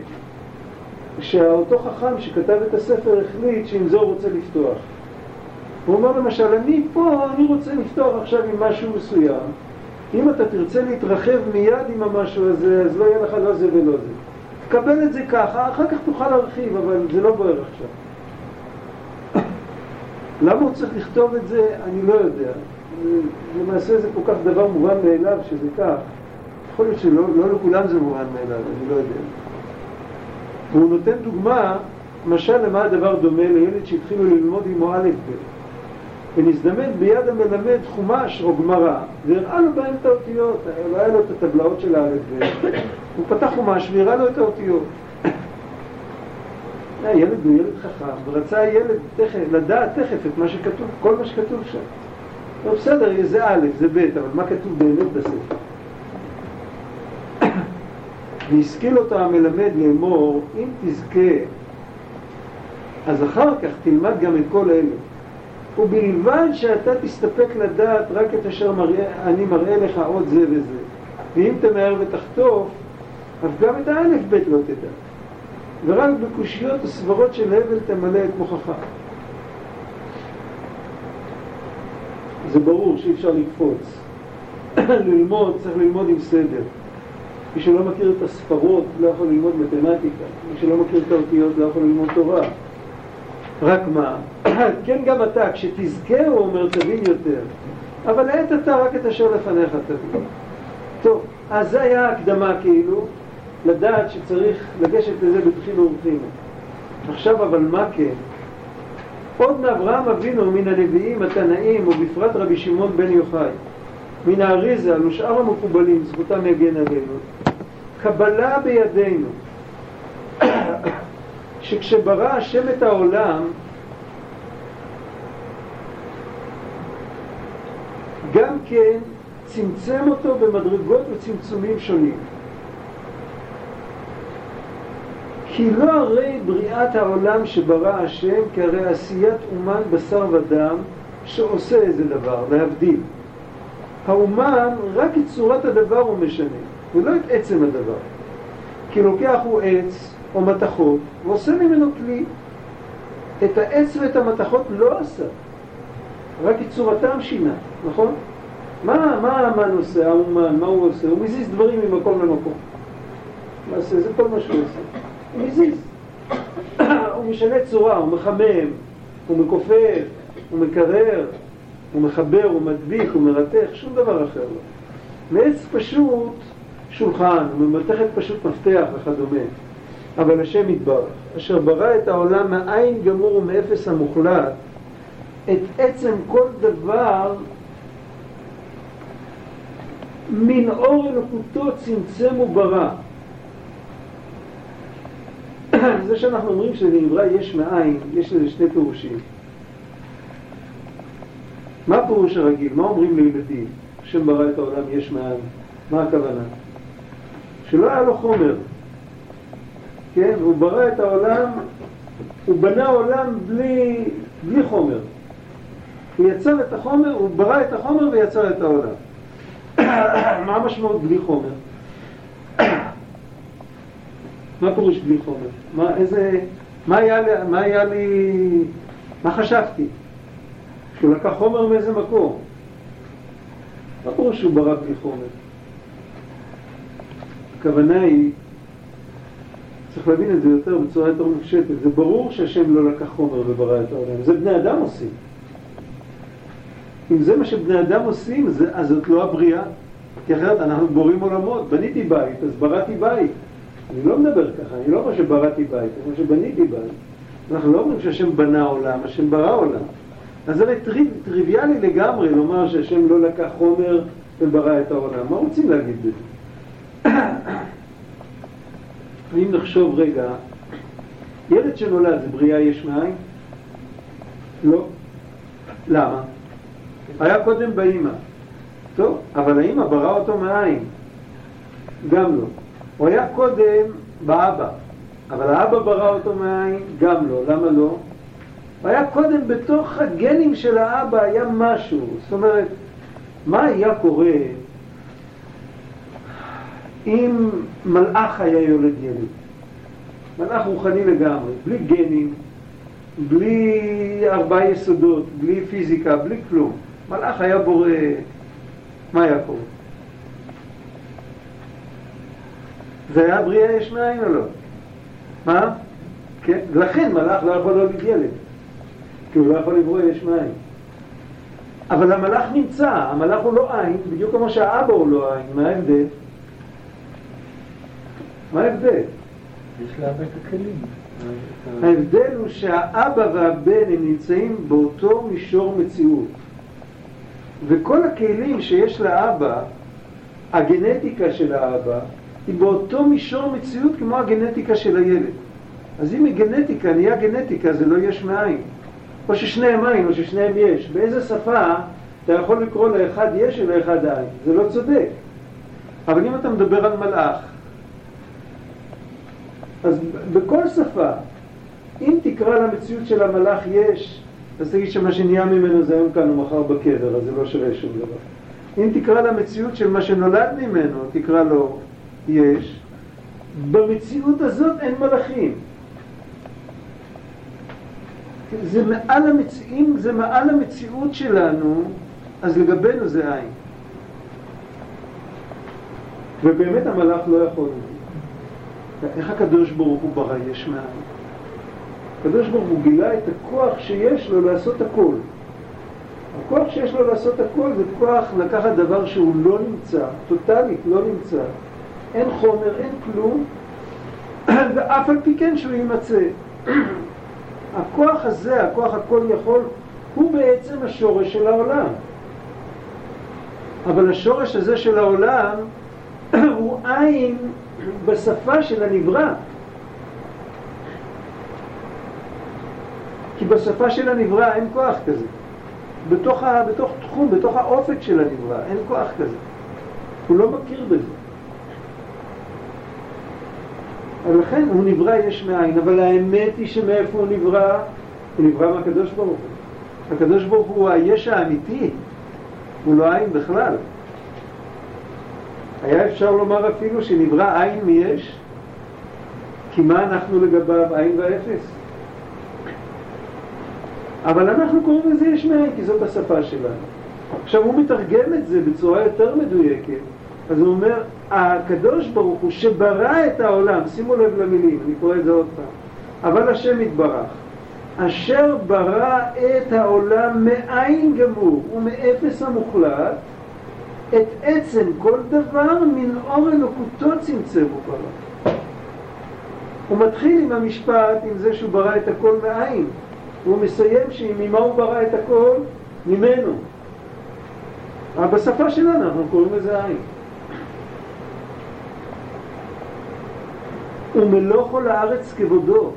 שאותו חכם שכתב את הספר החליט שעם זה הוא רוצה לפתוח. הוא אומר למשל, אני פה, אני רוצה לפתוח עכשיו עם משהו מסוים. אם אתה תרצה להתרחב מיד עם המשהו הזה, אז לא יהיה לך לא זה ולא זה. תקבל את זה ככה, אחר כך תוכל להרחיב, אבל זה לא בוער עכשיו. למה הוא צריך לכתוב את זה? אני לא יודע. למעשה זה כל כך דבר מובן מאליו שזה כך. יכול להיות שלא לא לכולם זה מובן מאליו, אני לא יודע. והוא נותן דוגמה, משל למה הדבר דומה לילד שהתחילו ללמוד עם א' ב' ונזדמן ביד המלמד חומש או גמרא, והראה לו בהם את האותיות, היה לו את הטבלאות של הא' ב' הוא פתח חומש והראה לו את האותיות. הילד הוא ילד חכם, ורצה הילד תכף, לדעת תכף את מה שכתוב, כל מה שכתוב שם. לא בסדר, זה א', זה ב', אבל מה כתוב באמת בספר? והשכיל אותו המלמד לאמור, אם תזכה, אז אחר כך תלמד גם את כל אלה. ובלבד שאתה תסתפק לדעת רק את אשר מראה, אני מראה לך עוד זה וזה. ואם תמהר ותחטוף, אז גם את האלף בית לא תדע. ורק בקושיות הסברות של הבל תמלא את מוכחה. זה ברור שאי אפשר לקפוץ. ללמוד, צריך ללמוד עם סדר. מי שלא מכיר את הספרות לא יכול ללמוד מתמטיקה. מי שלא מכיר את האותיות לא יכול ללמוד תורה. רק מה? כן גם אתה, כשתזכה הוא אומר תבין יותר. אבל לעת אתה רק את אשר לפניך תבין. טוב, אז זה היה הקדמה כאילו, לדעת שצריך לגשת לזה בתחילה ורחימה. עכשיו אבל מה כן? עוד מאברהם אבינו מן הנביאים, התנאים, ובפרט רבי שמעון בן יוחאי, מן האריזה ושאר המקובלים, זכותם יגן עלינו, קבלה בידינו, שכשברא השם את העולם, גם כן צמצם אותו במדרגות וצמצומים שונים. כי לא הרי בריאת העולם שברא השם, כי הרי עשיית אומן בשר ודם, שעושה איזה דבר, להבדיל. האומן, רק את צורת הדבר הוא משנה, ולא את עצם הדבר. כי לוקח הוא עץ או מתכות, ועושה ממנו כלי. את העץ ואת המתכות לא עשה, רק את צורתם שינה, נכון? מה, מה האמן עושה, האומן, מה הוא עושה? הוא מזיז דברים ממקום למקום. מה עושה? זה כל מה שהוא עושה. הוא מזיז. הוא משנה צורה, הוא מחמם, הוא מכופף, הוא מקרר, הוא מחבר, הוא מדביק, הוא מרתך, שום דבר אחר לא. מעץ פשוט שולחן, הוא ממתכת פשוט מפתח וכדומה. אבל השם יתברך, אשר ברא את העולם מאין גמור ומאפס המוחלט, את עצם כל דבר מן אור אלוקותו צמצם וברא. זה שאנחנו אומרים שלנברא יש מאין, יש לזה שני פירושים. מה הפירוש הרגיל? מה אומרים לילדים? השם ברא את העולם יש מאין. מה הכוונה? שלא היה לו חומר. כן? הוא ברא את העולם, הוא בנה עולם בלי, בלי חומר. הוא יצר את החומר, הוא ברא את החומר ויצר את העולם. מה המשמעות בלי חומר? מה פירוש בלי חומר? מה, איזה, מה היה לי, מה היה לי, מה חשבתי? שהוא לקח חומר מאיזה מקום? מה פירוש שהוא ברא בלי חומר? הכוונה היא, צריך להבין את זה יותר בצורה יותר מופשטת, זה ברור שהשם לא לקח חומר וברא את העולם, זה בני אדם עושים. אם זה מה שבני אדם עושים, זה, אז זאת לא הבריאה. כי אחרת אנחנו בורים עולמות, בניתי בית, אז בראתי בית. אני לא מדבר ככה, אני לא אומר שבראתי בית, אני אומר שבניתי בית. אנחנו לא אומרים שהשם בנה עולם, השם ברא עולם. אז זה טריו, טריוויאלי לגמרי לומר שהשם לא לקח חומר וברא את העולם. מה רוצים להגיד בזה? אם נחשוב רגע, ילד שנולד זה בריאה יש מאין? לא. למה? היה קודם באמא. טוב, אבל האמא ברא אותו מאין? גם לא. הוא היה קודם באבא, אבל האבא ברא אותו מאין? גם לא. למה לא? הוא היה קודם בתוך הגנים של האבא, היה משהו. זאת אומרת, מה היה קורה אם מלאך היה יולד ילד? מלאך רוחני לגמרי, בלי גנים, בלי ארבעה יסודות, בלי פיזיקה, בלי כלום. מלאך היה בורא, מה היה קורה? זה היה בריאה יש מאין או לא? מה? כן? לכן מלאך לא יכול להוליד ילד, כי הוא לא יכול לברוא יש מאין. אבל המלאך נמצא, המלאך הוא לא עין, בדיוק כמו שהאבא הוא לא עין. מה ההבדל? מה ההבדל? יש לאבא את הכלים. ההבדל הוא שהאבא והבן הם נמצאים באותו מישור מציאות. וכל הכלים שיש לאבא, הגנטיקה של האבא, היא באותו מישור מציאות כמו הגנטיקה של הילד. אז אם הגנטיקה נהיה גנטיקה, זה לא יש מאין. או ששניהם אין, או ששניהם יש. באיזה שפה אתה יכול לקרוא לאחד יש ולאחד אין? זה לא צודק. אבל אם אתה מדבר על מלאך, אז בכל שפה, אם תקרא למציאות של המלאך יש, אז תגיד שמה שנהיה ממנו זה היום כאן ומחר בקבר, אז זה לא שווה שום דבר. אם תקרא למציאות של מה שנולד ממנו, תקרא לו יש, במציאות הזאת אין מלאכים. זה מעל המצ... אם זה מעל המציאות שלנו, אז לגבינו זה עין. ובאמת המלאך לא יכול. איך הקדוש ברוך הוא ברא יש מאין? הקדוש ברוך הוא גילה את הכוח שיש לו לעשות הכל. הכוח שיש לו לעשות הכל זה כוח לקחת דבר שהוא לא נמצא, טוטלית לא נמצא. אין חומר, אין כלום, ואף על פי כן שהוא יימצא. הכוח הזה, הכוח הכל יכול, הוא בעצם השורש של העולם. אבל השורש הזה של העולם הוא עין בשפה של הנברא. כי בשפה של הנברא אין כוח כזה. בתוך, ה, בתוך תחום, בתוך האופק של הנברא, אין כוח כזה. הוא לא מכיר בזה. ולכן הוא נברא יש מאין, אבל האמת היא שמאיפה הוא נברא? הוא נברא מהקדוש ברוך הוא. הקדוש ברוך הוא היש האמיתי, הוא לא עין בכלל. היה אפשר לומר אפילו שנברא עין מיש, כי מה אנחנו לגביו? עין ואפס. אבל אנחנו קוראים לזה יש מאין, כי זאת השפה שלנו. עכשיו הוא מתרגם את זה בצורה יותר מדויקת, אז הוא אומר, הקדוש ברוך הוא שברא את העולם, שימו לב למילים, אני קורא את זה עוד פעם, אבל השם יתברך, אשר ברא את העולם מאין גמור ומאפס המוחלט, את עצם כל דבר מן אור אלוקותו צמצם וברא. הוא מתחיל עם המשפט, עם זה שהוא ברא את הכל מאין, והוא מסיים שממה הוא ברא את הכל? ממנו. אבל בשפה שלנו אנחנו קוראים לזה עין. ומלוא כל הארץ כבודו.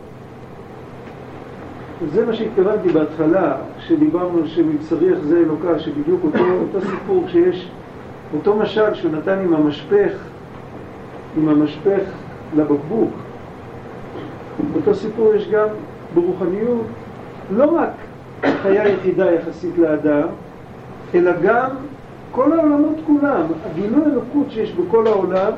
זה מה שהתכוונתי בהתחלה, שדיברנו שמבשריך זה אלוקה, שבדיוק אותו, אותו סיפור שיש, אותו משל שהוא נתן עם המשפך, עם המשפך לבקבוק. אותו סיפור יש גם ברוחניות, לא רק חיה יחידה יחסית לאדם, אלא גם כל העולמות כולם, הגילוי אלוקות שיש בכל העולם,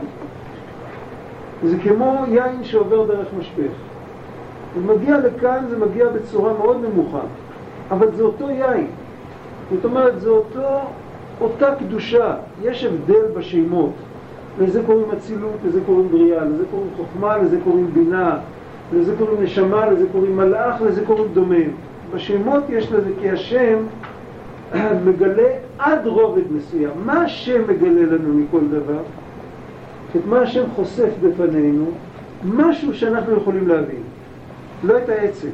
זה כמו יין שעובר דרך משפך. זה מגיע לכאן, זה מגיע בצורה מאוד נמוכה, אבל זה אותו יין. זאת אומרת, זה אותו, אותה קדושה. יש הבדל בשמות. לזה קוראים אצילות, לזה קוראים בריאה, לזה קוראים חוכמה, לזה קוראים בינה, לזה קוראים נשמה, לזה קוראים מלאך, לזה קוראים דומם. בשמות יש לזה כי השם מגלה עד רובד מסוים. מה השם מגלה לנו מכל דבר? את מה השם חושף בפנינו, משהו שאנחנו יכולים להבין. לא את העצם.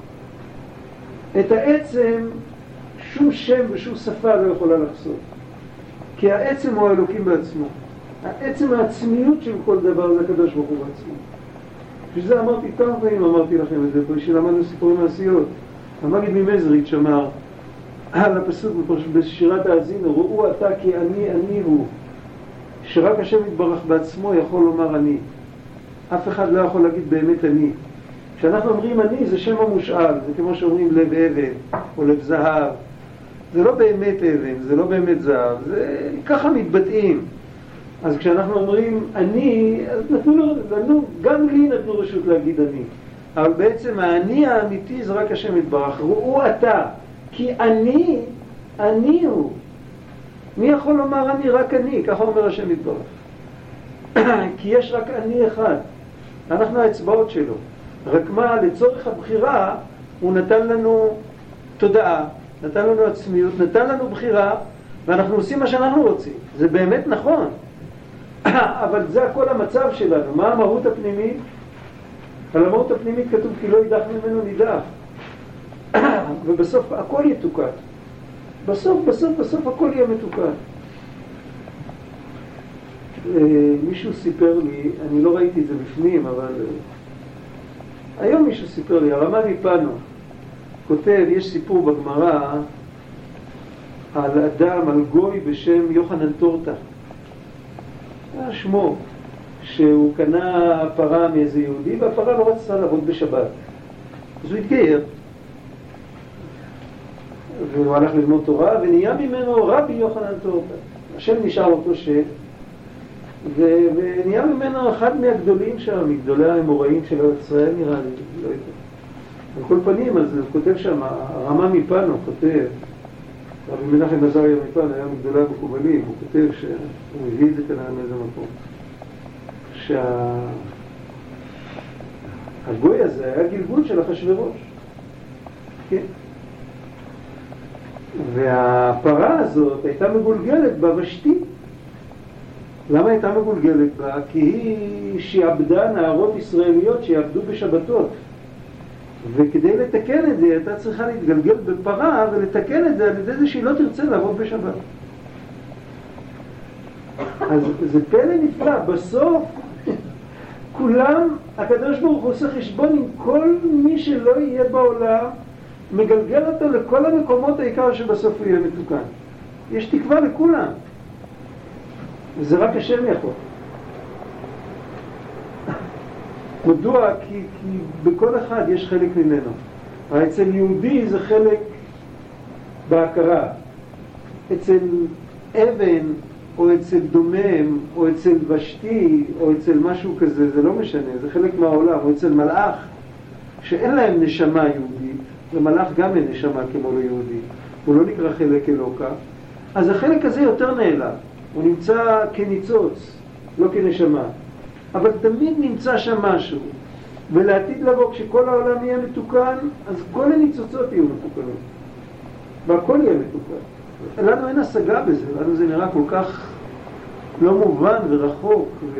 את העצם שום שם ושום שפה לא יכולה לחשוף. כי העצם הוא האלוקים בעצמו. העצם העצמיות של כל דבר זה הקדוש ברוך הוא בעצמו. בשביל זה אמרתי כמה פעמים, אמרתי לכם את זה, בשביל למדנו סיפורים מעשיות. המגיד ממזריץ' אמר, על הפסוק בשירת האזינו, ראו אתה כי אני, אני הוא. שרק השם יתברך בעצמו יכול לומר אני. אף אחד לא יכול להגיד באמת אני. כשאנחנו אומרים אני, זה שם המושאל, זה כמו שאומרים לב אבן או לב זהב. זה לא באמת אבן, זה לא באמת זהב, זה ככה מתבטאים. אז כשאנחנו אומרים אני, אז נתנו לנו, גם לי נתנו רשות להגיד אני. אבל בעצם האני האמיתי זה רק השם יתברך. ראו אתה, כי אני, אני הוא. מי יכול לומר אני? רק אני, ככה אומר השם יתברך. כי יש רק אני אחד. אנחנו האצבעות שלו. רק מה, לצורך הבחירה, הוא נתן לנו תודעה, נתן לנו עצמיות, נתן לנו בחירה, ואנחנו עושים מה שאנחנו רוצים. זה באמת נכון. אבל זה הכל המצב שלנו. מה המהות הפנימית? על המהות הפנימית כתוב כי לא יידח ממנו נידח. ובסוף הכל יתוקן. בסוף, בסוף, בסוף הכל יהיה מתוקן. מישהו סיפר לי, אני לא ראיתי את זה בפנים, אבל היום מישהו סיפר לי, הרמה מפנו, כותב, יש סיפור בגמרא על אדם, על גוי בשם יוחנן טורטה. היה שמו, שהוא קנה פרה מאיזה יהודי, והפרה לא רצתה לעבוד בשבת. אז הוא התגייר. והוא הלך ללמוד תורה, ונהיה ממנו רבי יוחנן טורטה. השם נשאר אותו שם, ונהיה ממנו אחד מהגדולים שם, מגדולי האמוראים של ארץ ישראל נראה לי, לא יודע. על כל פנים, אז הוא כותב שם, הרמה מפנו כותב, רבי מנחם עזריה מפנו היה מגדולי המקובלים, הוא כותב שהוא הביא את זה כנראה מאיזה מקום. שהגוי הזה היה גלגול של אחשוורוש. כן. והפרה הזאת הייתה מגולגלת בוושתי. למה הייתה מגולגלת בה? כי היא שעבדה נערות ישראליות שיעבדו בשבתות. וכדי לתקן את זה, הייתה צריכה להתגלגל בפרה ולתקן את זה על ידי זה שהיא לא תרצה לעבוד בשבת. אז זה פלא נפלא. בסוף כולם, הקדוש ברוך הוא עושה חשבון עם כל מי שלא יהיה בעולם, מגלגל אותו לכל המקומות העיקר שבסוף הוא יהיה מתוקן. יש תקווה לכולם. וזה רק השם יכול. מדוע? כי, כי בכל אחד יש חלק ממנו. אצל יהודי זה חלק בהכרה. אצל אבן, או אצל דומם, או אצל ושתי, או אצל משהו כזה, זה לא משנה, זה חלק מהעולם, או אצל מלאך, שאין להם נשמה יהודית, ומלאך גם אין נשמה כמו ליהודי, הוא לא נקרא חלק אלוקה, אז החלק הזה יותר נעלם, הוא נמצא כניצוץ, לא כנשמה, אבל תמיד נמצא שם משהו, ולעתיד לבוא, כשכל העולם יהיה מתוקן, אז כל הניצוצות יהיו מתוקנות, והכל יהיה מתוקן. לנו אין השגה בזה, לנו זה נראה כל כך לא מובן ורחוק. ו...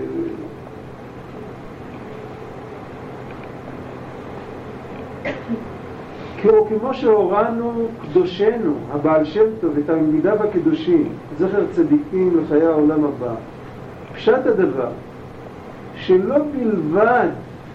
כמו שהורנו קדושנו, הבעל שם טוב, את העמידה בקדושים, זכר צדיקים לחיי העולם הבא, פשט הדבר, שלא בלבד,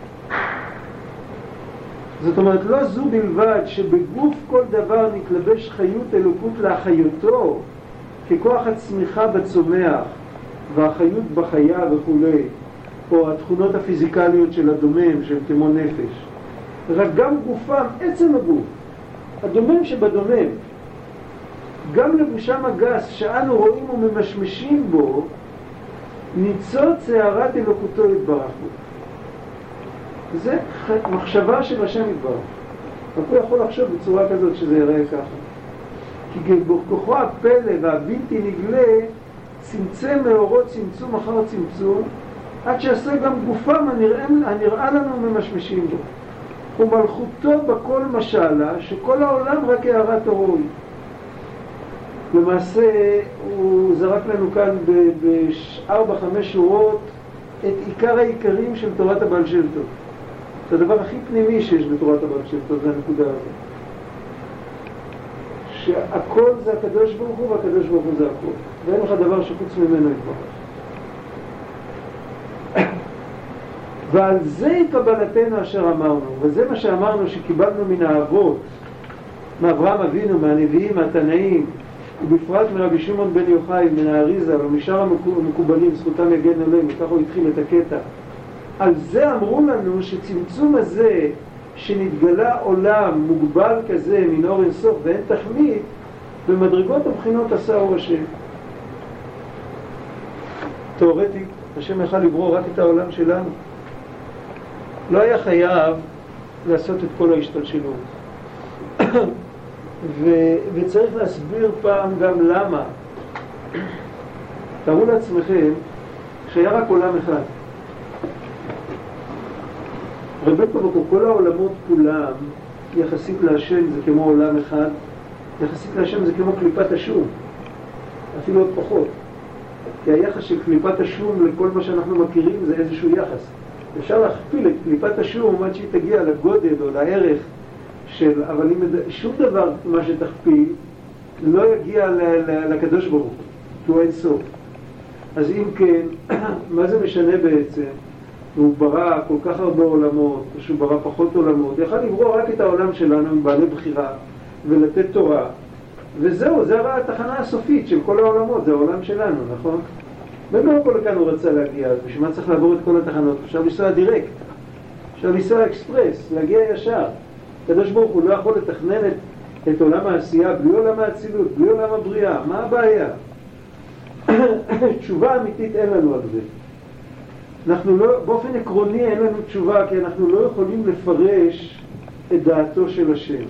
זאת אומרת, לא זו בלבד שבגוף כל דבר נתלבש חיות אלוקות לאחיותו, ככוח הצמיחה בצומח והחיות בחיה וכו', או התכונות הפיזיקליות של הדומם, שהם כמו נפש. רק גם גופם, עצם הגוף, הדומם שבדומם, גם לבושם הגס שאנו רואים וממשמשים בו, ניצוץ הערת אלוקותו יתברך בו. זה מחשבה של השם יתברך. רק הוא יכול לחשוב בצורה כזאת שזה יראה ככה. כי בכוחו הפלא והבלתי נגלה צמצם מאורות צמצום אחר צמצום, עד שעשה גם גופם הנראה, הנראה לנו ממשמשים בו. ומלכותו בכל משלה, שכל העולם רק הערת אורוי. למעשה הוא זרק לנו כאן בארבע חמש שורות את עיקר העיקרים של תורת הבעל שם טוב. זה הדבר הכי פנימי שיש בתורת הבעל שם טוב, זה הנקודה הזאת. שהכל זה הקדוש ברוך הוא והקדוש ברוך הוא זה הכל. ואין לך דבר שחוץ ממנו יתברך. ועל זה קבלתנו אשר אמרנו, וזה מה שאמרנו שקיבלנו מן האבות, מאברהם אבינו, מהנביאים, מהתנאים, ובפרט מרבי שמעון בן יוחאי, מן האריזה ומשאר המקובלים, זכותם יגן עליהם, וכך הוא התחיל את הקטע. על זה אמרו לנו שצמצום הזה שנתגלה עולם מוגבל כזה מן אור אין סוף ואין תכלית, במדרגות הבחינות עשה אור השם. תיאורטית, השם יכל לברוא רק את העולם שלנו. לא היה חייב לעשות את כל ההשתלשלות. ו- וצריך להסביר פעם גם למה. תראו לעצמכם שהיה רק עולם אחד. רבי קובקו, כל העולמות כולם יחסית להשם זה כמו עולם אחד, יחסית להשם זה כמו קליפת השום, אפילו עוד פחות. כי היחס של קליפת השום לכל מה שאנחנו מכירים זה איזשהו יחס. אפשר להכפיל את קליפת השום עד שהיא תגיע לגודל או לערך של, אבל אם שום דבר מה שתכפיל לא יגיע לקדוש ברוך הוא, כי הוא אין סוף. אז אם כן, מה זה משנה בעצם? הוא ברא כל כך הרבה עולמות, או שהוא ברא פחות עולמות, יכל לברוא רק את העולם שלנו עם בעלי בחירה ולתת תורה, וזהו, זה הרי התחנה הסופית של כל העולמות, זה העולם שלנו, נכון? ולא כל לכאן הוא רצה להגיע, אז בשביל מה צריך לעבור את כל התחנות? אפשר לנסוע דירקט, אפשר לנסוע אקספרס, להגיע ישר. הקדוש ברוך הוא לא יכול לתכנן את, את עולם העשייה בלי עולם האצילות, בלי עולם הבריאה, מה הבעיה? תשובה אמיתית אין לנו על זה. אנחנו לא, באופן עקרוני אין לנו תשובה, כי אנחנו לא יכולים לפרש את דעתו של השם.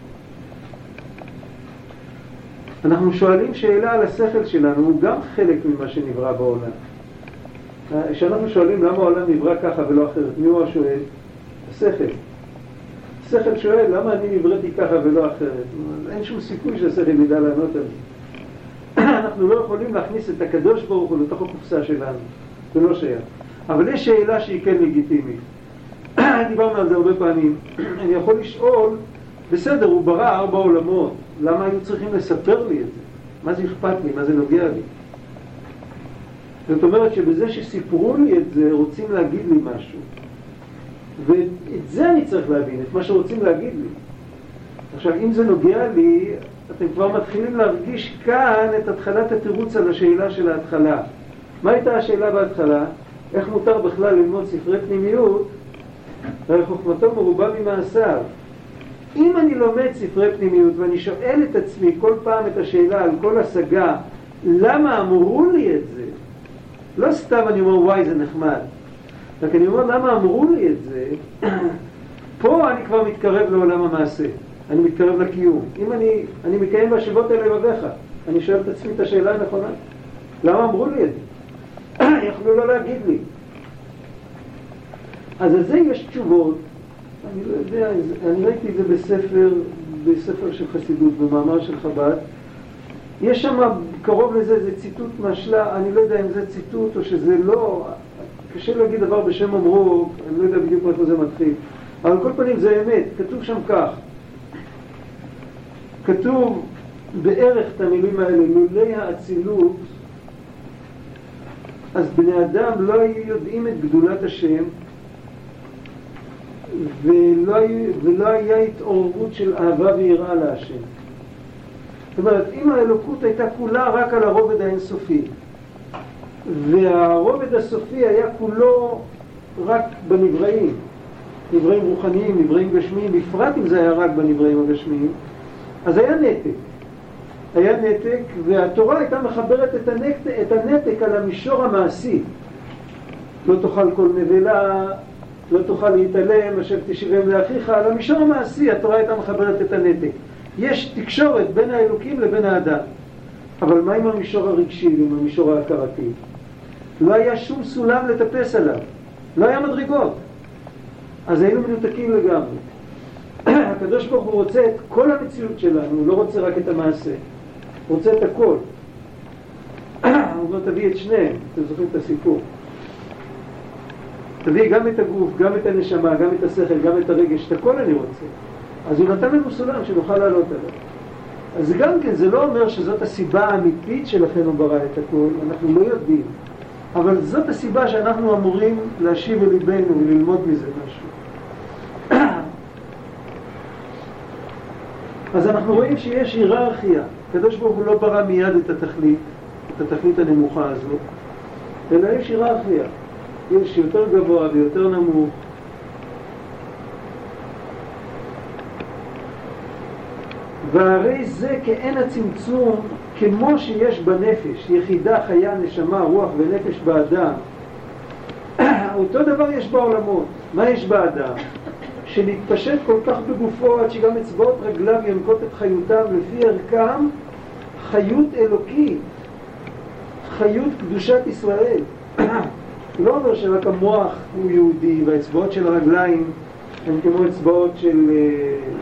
אנחנו שואלים שאלה על השכל שלנו, הוא גם חלק ממה שנברא בעולם. כשאנחנו שואלים למה העולם נברא ככה ולא אחרת, מי הוא השואל? השכל. השכל שואל למה אני נבראתי ככה ולא אחרת. אין שום סיכוי שהשכל ידע לענות על זה. אנחנו לא יכולים להכניס את הקדוש ברוך הוא לתוך הקופסה שלנו, זה לא שייך. אבל יש שאלה שהיא כן לגיטימית. דיברנו על זה הרבה פעמים. אני יכול לשאול, בסדר, הוא ברא ארבע עולמות, למה היו צריכים לספר לי את זה? מה זה אכפת לי? מה זה נוגע לי? זאת אומרת שבזה שסיפרו לי את זה, רוצים להגיד לי משהו. ואת זה אני צריך להבין, את מה שרוצים להגיד לי. עכשיו, אם זה נוגע לי, אתם כבר מתחילים להרגיש כאן את התחלת התירוץ על השאלה של ההתחלה. מה הייתה השאלה בהתחלה? איך מותר בכלל ללמוד ספרי פנימיות? הרי חוכמתו מרובה ממעשיו. אם אני לומד ספרי פנימיות ואני שואל את עצמי כל פעם את השאלה על כל השגה, למה אמרו לי את זה? לא סתם אני אומר וואי זה נחמד, רק אני אומר למה אמרו לי את זה, פה אני כבר מתקרב לעולם המעשה, אני מתקרב לקיום. אם אני, אני מקיים בהשבות אל לבביך, אני שואל את עצמי את השאלה הנכונה, למה אמרו לי את זה? יכלו לא להגיד לי. אז על זה יש תשובות, אני לא יודע, אני ראיתי את זה בספר, בספר של חסידות, במאמר של חב"ד, יש שם קרוב לזה, זה ציטוט משלה, אני לא יודע אם זה ציטוט או שזה לא, קשה להגיד דבר בשם אמרו, אני לא יודע בדיוק איפה זה מתחיל, אבל כל פנים זה אמת, כתוב שם כך, כתוב בערך את המילים האלה, לולי האצילות, אז בני אדם לא היו יודעים את גדולת השם, ולא, היו, ולא היה התעוררות של אהבה ויראה להשם. זאת אומרת, אם האלוקות הייתה כולה רק על הרובד האינסופי, והרובד הסופי היה כולו רק בנבראים, נבראים רוחניים, נבראים גשמיים, בפרט אם זה היה רק בנבראים הגשמיים, אז היה נתק. היה נתק, והתורה הייתה מחברת את הנתק, את הנתק על המישור המעשי. לא תאכל כל נבלה, לא תוכל להתעלם, אשר תשיבם לאחיך, על המישור המעשי התורה הייתה מחברת את הנתק. יש תקשורת בין האלוקים לבין האדם. אבל מה עם המישור הרגשי, עם המישור ההכרתי? לא היה שום סולם לטפס עליו. לא היה מדרגות. אז היינו מנותקים לגמרי. הקדוש ברוך הוא רוצה את כל המציאות שלנו, הוא לא רוצה רק את המעשה. הוא רוצה את הכל. הוא אומר, תביא את שניהם, אתם זוכרים את הסיפור. תביא גם את הגוף, גם את הנשמה, גם את השכל, גם את הרגש, את הכל אני רוצה. אז הוא נתן לנו סולם שנוכל לעלות עליו. אז גם כן, זה לא אומר שזאת הסיבה האמיתית שלכן הוא ברא את הכל, אנחנו לא יודעים. אבל זאת הסיבה שאנחנו אמורים להשיב אל ליבנו וללמוד מזה משהו. אז אנחנו רואים שיש היררכיה. הקדוש ברוך הוא לא ברא מיד את התכלית, את התכלית הנמוכה הזאת, אלא יש היררכיה. יש יותר גבוה ויותר נמוך. והרי זה כאין הצמצום, כמו שיש בנפש, יחידה, חיה, נשמה, רוח ונפש באדם, אותו דבר יש בעולמות. מה יש באדם? שנתפשט כל כך בגופו עד שגם אצבעות רגליו ינקות את חיותיו לפי ערכם, חיות אלוקית, חיות קדושת ישראל. לא אומר שרק המוח הוא יהודי והאצבעות של הרגליים הן כמו אצבעות של